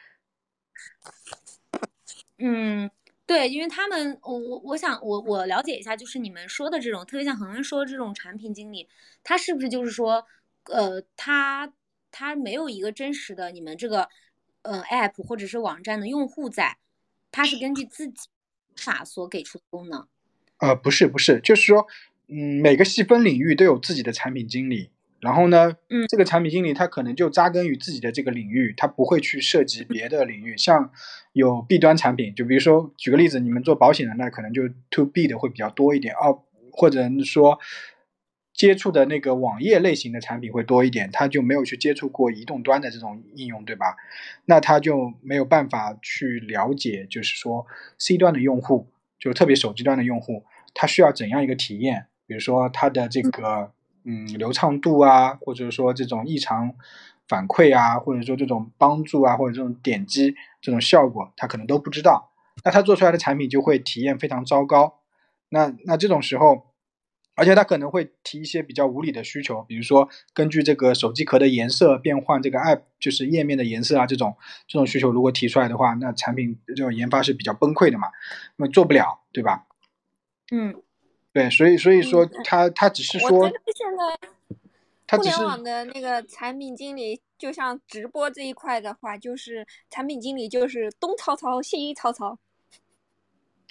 对，因为他们，我想我了解一下，就是你们说的这种，特别像恒温说的这种产品经理，他是不是就是说，他没有一个真实的你们这个app 或者是网站的用户在，他是根据自己法所给出的功能。 不是，就是说，每个细分领域都有自己的产品经理，然后呢，这个产品经理他可能就扎根于自己的这个领域，他不会去涉及别的领域。像有 B 端产品，就比如说举个例子，你们做保险的，那可能就 to B 的会比较多一点或者说接触的那个网页类型的产品会多一点，他就没有去接触过移动端的这种应用，对吧？那他就没有办法去了解，就是说 C 端的用户，就特别手机端的用户，他需要怎样一个体验？比如说他的这个流畅度啊，或者说这种异常反馈啊，或者说这种帮助啊，或者这种点击这种效果，他可能都不知道。那他做出来的产品就会体验非常糟糕。那这种时候，而且他可能会提一些比较无理的需求，比如说根据这个手机壳的颜色变换这个 app 就是页面的颜色啊，这种需求如果提出来的话，那产品这种研发是比较崩溃的嘛，那么做不了，对吧？对，所以说他只是说， 我觉得现在互联网的那个产品经理，就像直播这一块的话，就是产品经理就是东曹操西曹操。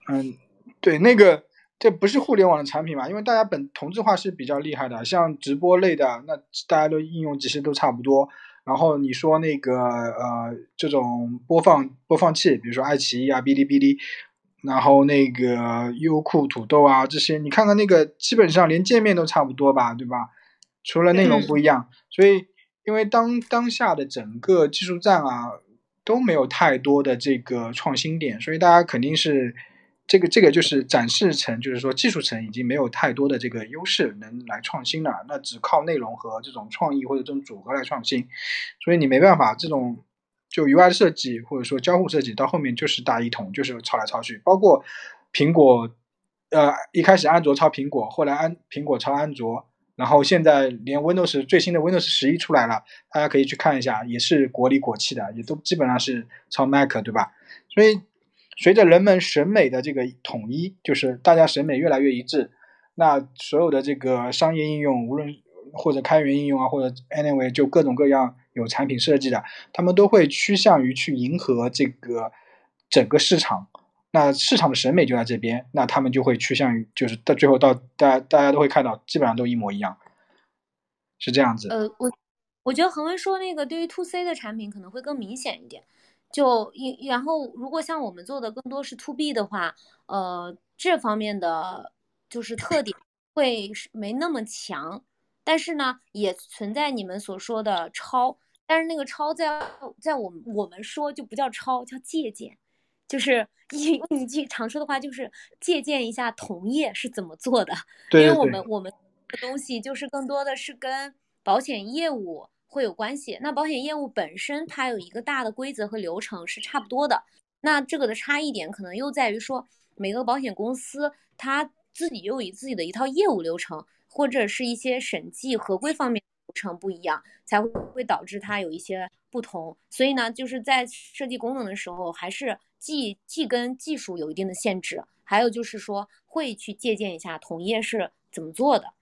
对，这不是互联网的产品嘛？因为大家同质化是比较厉害的，像直播类的，那大家都应用其实都差不多。然后你说这种播放器，比如说爱奇艺啊、哔哩哔哩，然后优酷、土豆啊这些，你看看基本上连界面都差不多吧，对吧？除了内容不一样，所以因为当下的整个技术站啊都没有太多的这个创新点，所以大家肯定是这个就是展示层，就是说技术层已经没有太多的这个优势能来创新了，那只靠内容和这种创意或者这种组合来创新，所以你没办法，这种就 UI 设计或者说交互设计到后面就是大一统，就是抄来抄去，包括苹果，一开始安卓抄苹果，后来苹果抄安卓。然后现在连 Windows 最新的 Windows 11出来了，大家可以去看一下，也是国里国气的，也都基本上是抄 Mac， 对吧？所以随着人们审美的这个统一，就是大家审美越来越一致，那所有的这个商业应用，无论或者开源应用啊，或者 anyway 就各种各样有产品设计的，他们都会趋向于去迎合这个整个市场。那市场的审美就在这边，那他们就会趋向于，就是到最后大家都会看到，基本上都一模一样，是这样子。 我觉得恒温说那个对于 to C 的产品可能会更明显一点，然后如果像我们做的更多是 to B 的话，这方面的就是特点会没那么强，但是呢也存在你们所说的抄，但是那个抄在我们说就不叫抄，叫借鉴。就是用一句常说的话，就是借鉴一下同业是怎么做的。 对对对， 因为我们的东西就是更多的是跟保险业务会有关系。那保险业务本身它有一个大的规则和流程是差不多的。那这个的差异点可能又在于说，每个保险公司它自己又有自己的一套业务流程，或者是一些审计合规方面流程不一样，才会导致它有一些不同。所以呢，就是在设计功能的时候，还是既跟技术有一定的限制，还有就是说会去借鉴一下同业是怎么做的。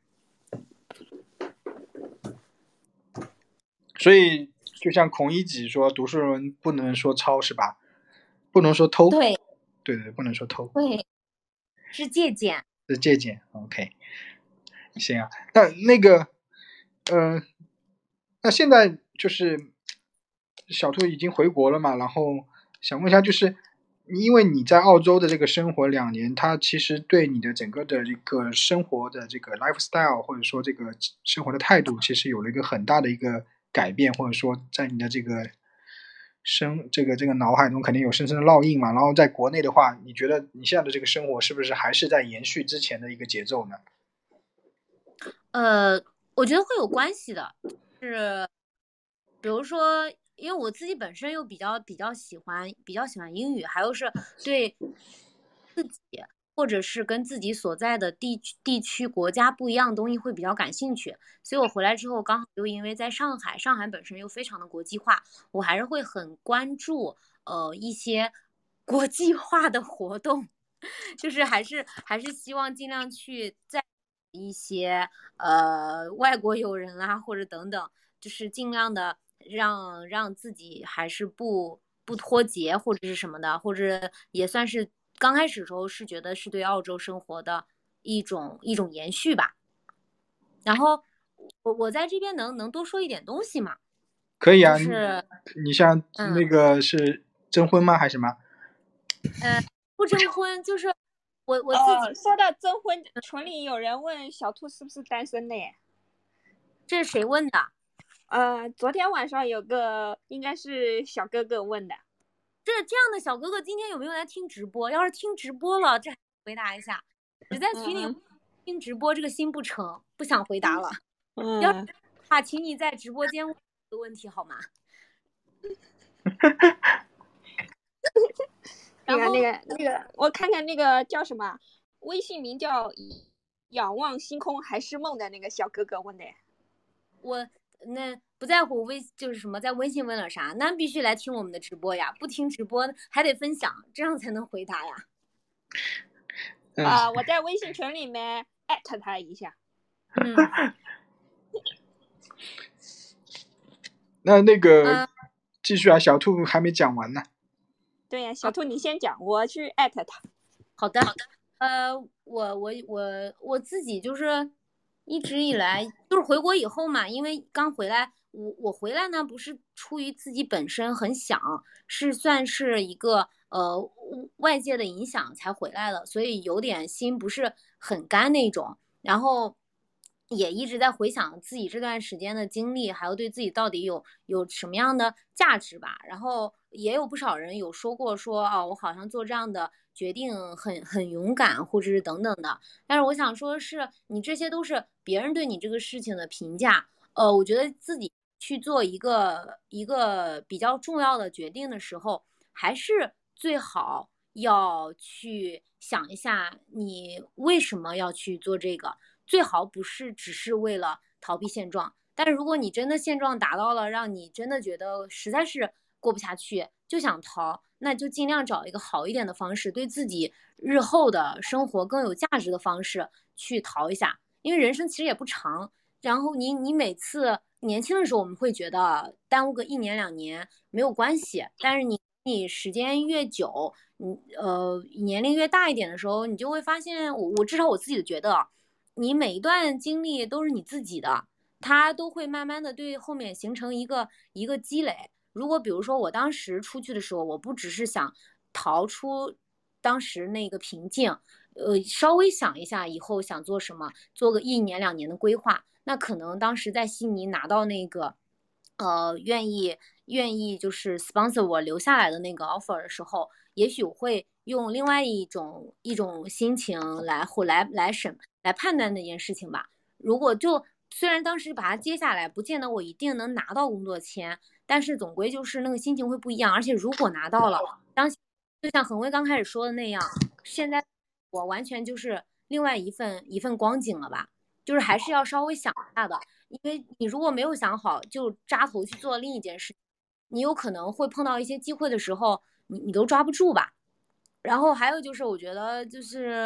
所以就像孔乙己说，读书人不能说抄，是吧？不能说偷。 对对，不能说偷。 对，是借鉴。 是借鉴。OK， 行啊。那现在就是小兔已经回国了嘛，然后想问一下，就是因为你在澳洲的这个生活2年，它其实对你的整个的这个生活的这个 lifestyle 或者说这个生活的态度，其实有了一个很大的一个改变，或者说在你的这个脑海中肯定有深深的烙印嘛。然后在国内的话，你觉得你现在的这个生活是不是还是在延续之前的一个节奏呢？ 我觉得会有关系的，是比如说，因为我自己本身又比较喜欢英语，还有是对自己或者是跟自己所在的地区国家不一样的东西会比较感兴趣，所以我回来之后刚好又因为在上海本身又非常的国际化，我还是会很关注一些国际化的活动，就是还是希望尽量去在一些外国友人啦或者等等，就是尽量的让自己还是不脱节或者是什么的，或者也算是刚开始的时候是觉得是对澳洲生活的一种延续吧。然后我在这边能多说一点东西吗？ 可以啊， 就是你像那个是征婚吗？还是什么？ 不征婚，就是我自己。 说到征婚，群里有人问小兔是不是单身的耶？ 这是谁问的？ 昨天晚上有个应该是小哥哥问的。 这样的小哥哥今天有没有来听直播？要是听直播了，这还回答一下。只在群里听直播，这个心不成，不想回答了。要是请你在直播间问个问题好吗？ 那个，我看看那个叫什么，微信名叫仰望星空还是梦的那个小哥哥问的。 我那不在乎就是什么在微信问了啥，那必须来听我们的直播呀，不听直播还得分享，这样才能回答呀。 我在微信群里面艾特他一下。 那个继续啊，小兔还没讲完呢。 对呀，小兔你先讲，我去艾特他。 好的，我自己就是一直以来就是回国以后嘛，因为刚回来，我回来呢不是出于自己本身很想，是算是一个外界的影响才回来的，所以有点心不是很甘那种，然后也一直在回想自己这段时间的经历，还有对自己到底有什么样的价值吧。然后也有不少人有说过说，哦，我好像做这样的决定很勇敢，或者是等等的。但是我想说的是，你这些都是别人对你这个事情的评价。我觉得自己去做一个比较重要的决定的时候，还是最好要去想一下你为什么要去做这个。最好不是只是为了逃避现状，但是如果你真的现状达到了，让你真的觉得实在是过不下去，就想逃，那就尽量找一个好一点的方式，对自己日后的生活更有价值的方式去逃一下。因为人生其实也不长，然后你每次年轻的时候，我们会觉得耽误个1年2年没有关系，但是你时间越久，年龄越大一点的时候，你就会发现，我至少我自己觉得。你每一段经历都是你自己的，它都会慢慢的对后面形成一个积累。如果比如说我当时出去的时候，我不只是想逃出当时那个瓶颈，稍微想一下以后想做什么，做个1年2年的规划，那可能当时在悉尼拿到那个，愿意就是 sponsor 我留下来的那个 offer 的时候，也许我会用另外一种心情来判断那件事情吧。如果就虽然当时把它接下来，不见得我一定能拿到工作签，但是总归就是那个心情会不一样。而且如果拿到了，就像恒威刚开始说的那样，现在我完全就是另外一份光景了吧。就是还是要稍微想一下的，因为你如果没有想好，就扎头去做另一件事，你有可能会碰到一些机会的时候，你都抓不住吧。然后还有就是，我觉得就是，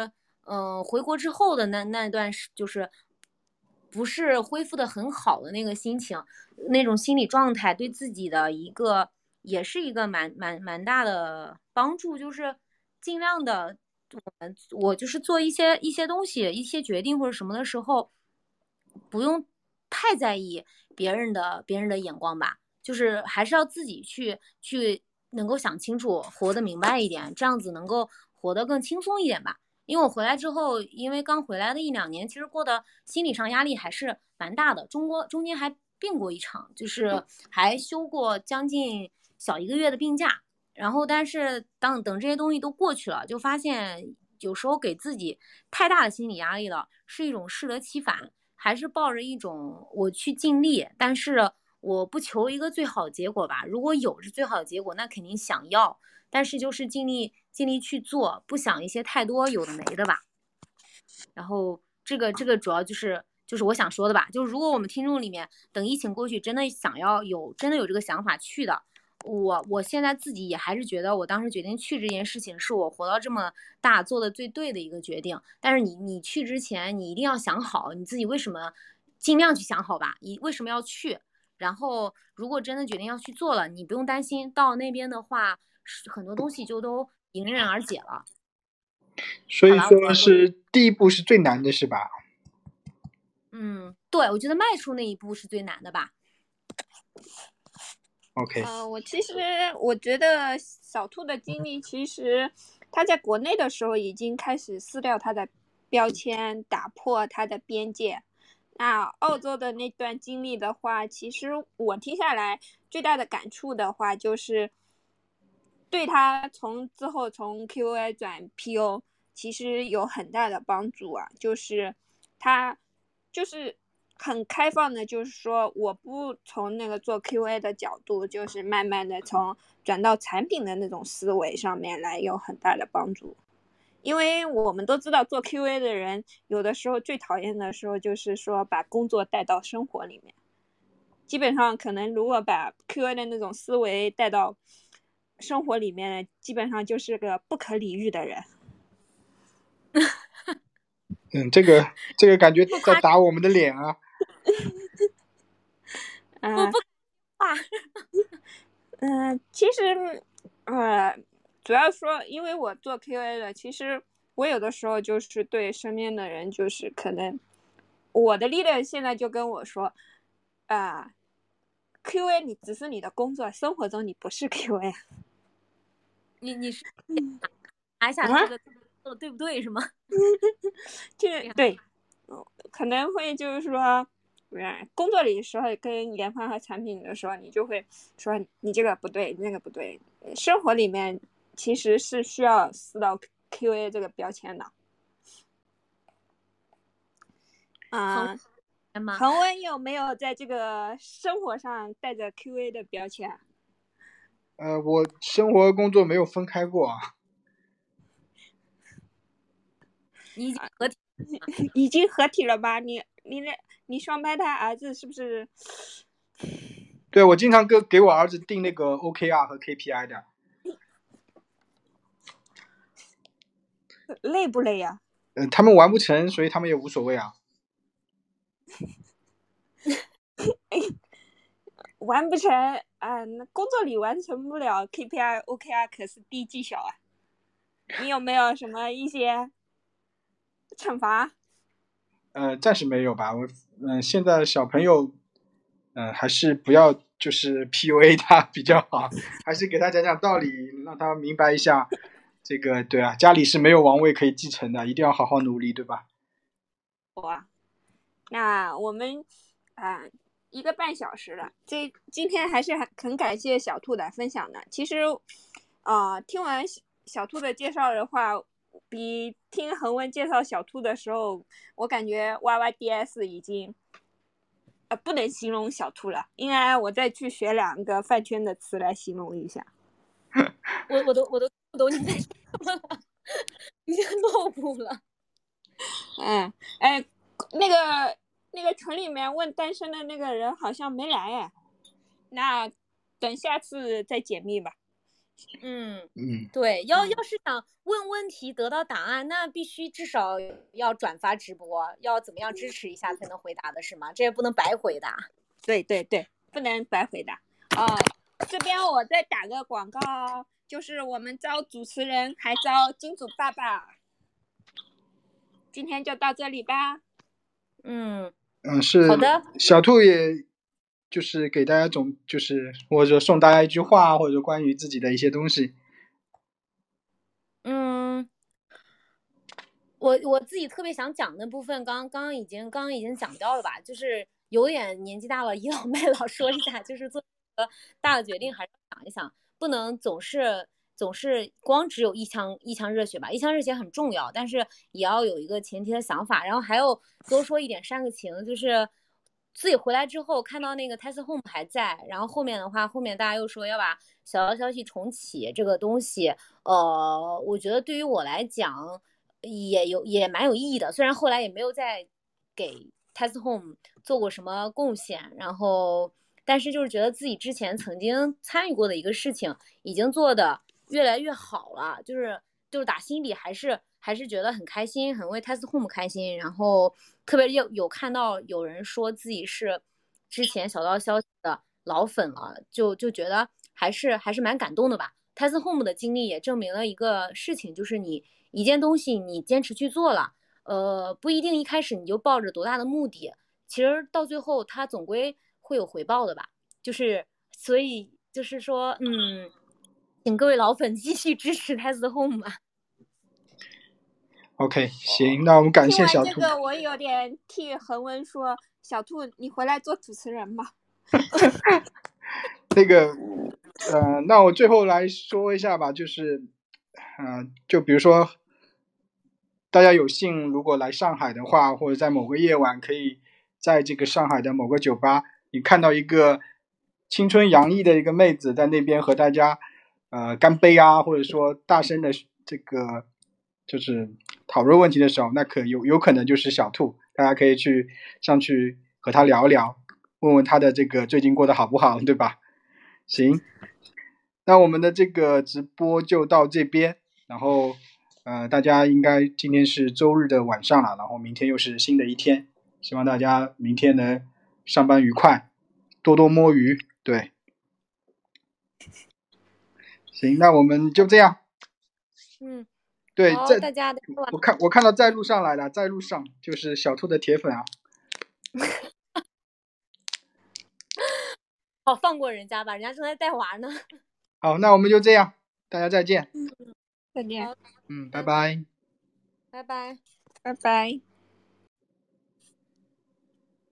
回国之后的那段就是不是恢复的很好的那个心情，那种心理状态，对自己的也是一个蛮大的帮助，就是尽量的，我就是做一些东西、一些决定或者什么的时候，不用太在意别人的眼光吧。就是还是要自己去能够想清楚，活得明白一点，这样子能够活得更轻松一点吧。因为我回来之后，因为刚回来的1、2年，其实过得心理上压力还是蛮大的。中间还病过一场，就是还休过将近小1个月的病假。然后，但是等这些东西都过去了，就发现有时候给自己太大的心理压力了，是一种适得其反。还是抱着一种我去尽力，但是我不求一个最好的结果吧。如果有是最好的结果，那肯定想要，但是就是尽力去做，不想一些太多有的没的吧。然后这个主要就是我想说的吧。就是如果我们听众里面等疫情过去，真的想要真的有这个想法去的，我现在自己也还是觉得，我当时决定去这件事情是我活到这么大做的最对的一个决定。但是你去之前，你一定要想好你自己为什么，尽量去想好吧，你为什么要去。然后如果真的决定要去做了，你不用担心，到那边的话，很多东西就都迎刃而解了。 所以说是第一步是最难的，是吧？ 对，我觉得迈出那一步是最难的吧。 OK， 我觉得小兔的经历，其实他在国内的时候已经开始撕掉他的标签，打破他的边界。那澳洲的那段经历的话，其实我听下来最大的感触的话，就是对他之后从 QA 转 PO， 其实有很大的帮助啊。就是他就是很开放的，就是说我不从那个做 QA 的角度，就是慢慢的转到产品的那种思维上面来，有很大的帮助。因为我们都知道做 QA 的人有的时候最讨厌的时候就是说把工作带到生活里面。基本上可能如果把 QA 的那种思维带到生活里面，基本上就是个不可理喻的人。 这个感觉在打我们的脸啊。 我不话。 其实主要说因为我做 QA 的，其实我有的时候就是对身边的人，就是可能我的 leader 现在就跟我说，QA 你只是你的工作，生活中你不是 QA。 你是查一下啊这个做的对不对是吗？ 就是对，可能会就是说，工作里的时候跟研发和产品的时候，你就会说你这个不对，那个不对。生活里面其实是需要撕到 QA 这个标签的。恒温有没有在这个生活上带着 QA 的标签？ 我生活工作没有分开过啊。 你已经合体已经合体了吧？你双胞胎儿子是不是？ 对，我经常给我儿子定那个 OKR 和 KPI 的。 累不累呀？ 他们完不成，所以他们也无所谓啊。 完不成那工作里完成不了 KPI、OKR 可是低绩效啊。你有没有什么一些惩罚？ 暂时没有吧。现在小朋友，还是不要就是 PUA 他比较好，还是给他讲讲道理，让他明白一下。这个对啊，家里是没有王位可以继承的，一定要好好努力，对吧？ 哇，那我们1个半小时了，今天还是很感谢小兔的分享的。其实听完小兔的介绍的话，比听恒温介绍小兔的时候，我感觉 YYDS 已经不能形容小兔了，应该我再去学2个饭圈的词来形容一下。 我都不懂你在说什么了，已经落伍了。 那个群里面问单身的那个人好像没来哎，那等下次再解密吧。 对，要是想问问题得到答案，那必须至少要转发直播，要怎么样支持一下才能回答的是吗？这也不能白回答。 对，不能白回答。这边我再打个广告，就是我们招主持人，还招金主爸爸。今天就到这里吧。 是。 好的。 小兔也就是给大家就是或者送大家一句话，或者关于自己的一些东西。 我自己特别想讲的部分，刚刚已经讲掉了吧，就是有点年纪大了，倚老卖老说一下，就是做大的决定还是想一想，不能总是光只有一腔热血吧，一腔热血很重要，但是也要有一个前提的想法，然后还有多说一点煽个情，就是自己回来之后看到那个 Tesla Home 还在，然后后面大家又说要把小道消息重启这个东西，我觉得对于我来讲也蛮有意义的，虽然后来也没有再给 Tesla Home 做过什么贡献，然后但是就是觉得自己之前曾经参与过的一个事情已经做的越来越好了，就是打心底还是觉得很开心，很为 Tesla Home 开心，然后特别有看到有人说自己是之前小道消息的老粉了，就觉得还是蛮感动的吧。Tesla Home 的经历也证明了一个事情，就是你一件东西你坚持去做了，不一定一开始你就抱着多大的目的，其实到最后它总归会有回报的吧。就是所以就是说，请各位老粉继续支持 Tesla Home 吧。 OK， 行，那我们感谢小兔。 听完这个，我有点替恒温说，小兔，你回来做主持人吧。 那个，那我最后来说一下吧，就是，就比如说，大家有幸如果来上海的话，或者在某个夜晚，可以在这个上海的某个酒吧，你看到一个青春洋溢的一个妹子在那边和大家，干杯啊，或者说大声的这个就是讨论问题的时候，那有可能就是小兔，大家可以上去和他聊聊，问问他的这个最近过得好不好，对吧？行，那我们的这个直播就到这边，然后大家应该今天是周日的晚上了，然后明天又是新的一天，希望大家明天能上班愉快，多多摸鱼，对。行，那我们就这样。 对， 好，大家我看到在路上来了，在路上就是小兔的铁粉啊。 好，放过人家吧，人家正在带娃呢。 好，那我们就这样，大家再见。 再见。 拜拜。 拜拜。 拜拜。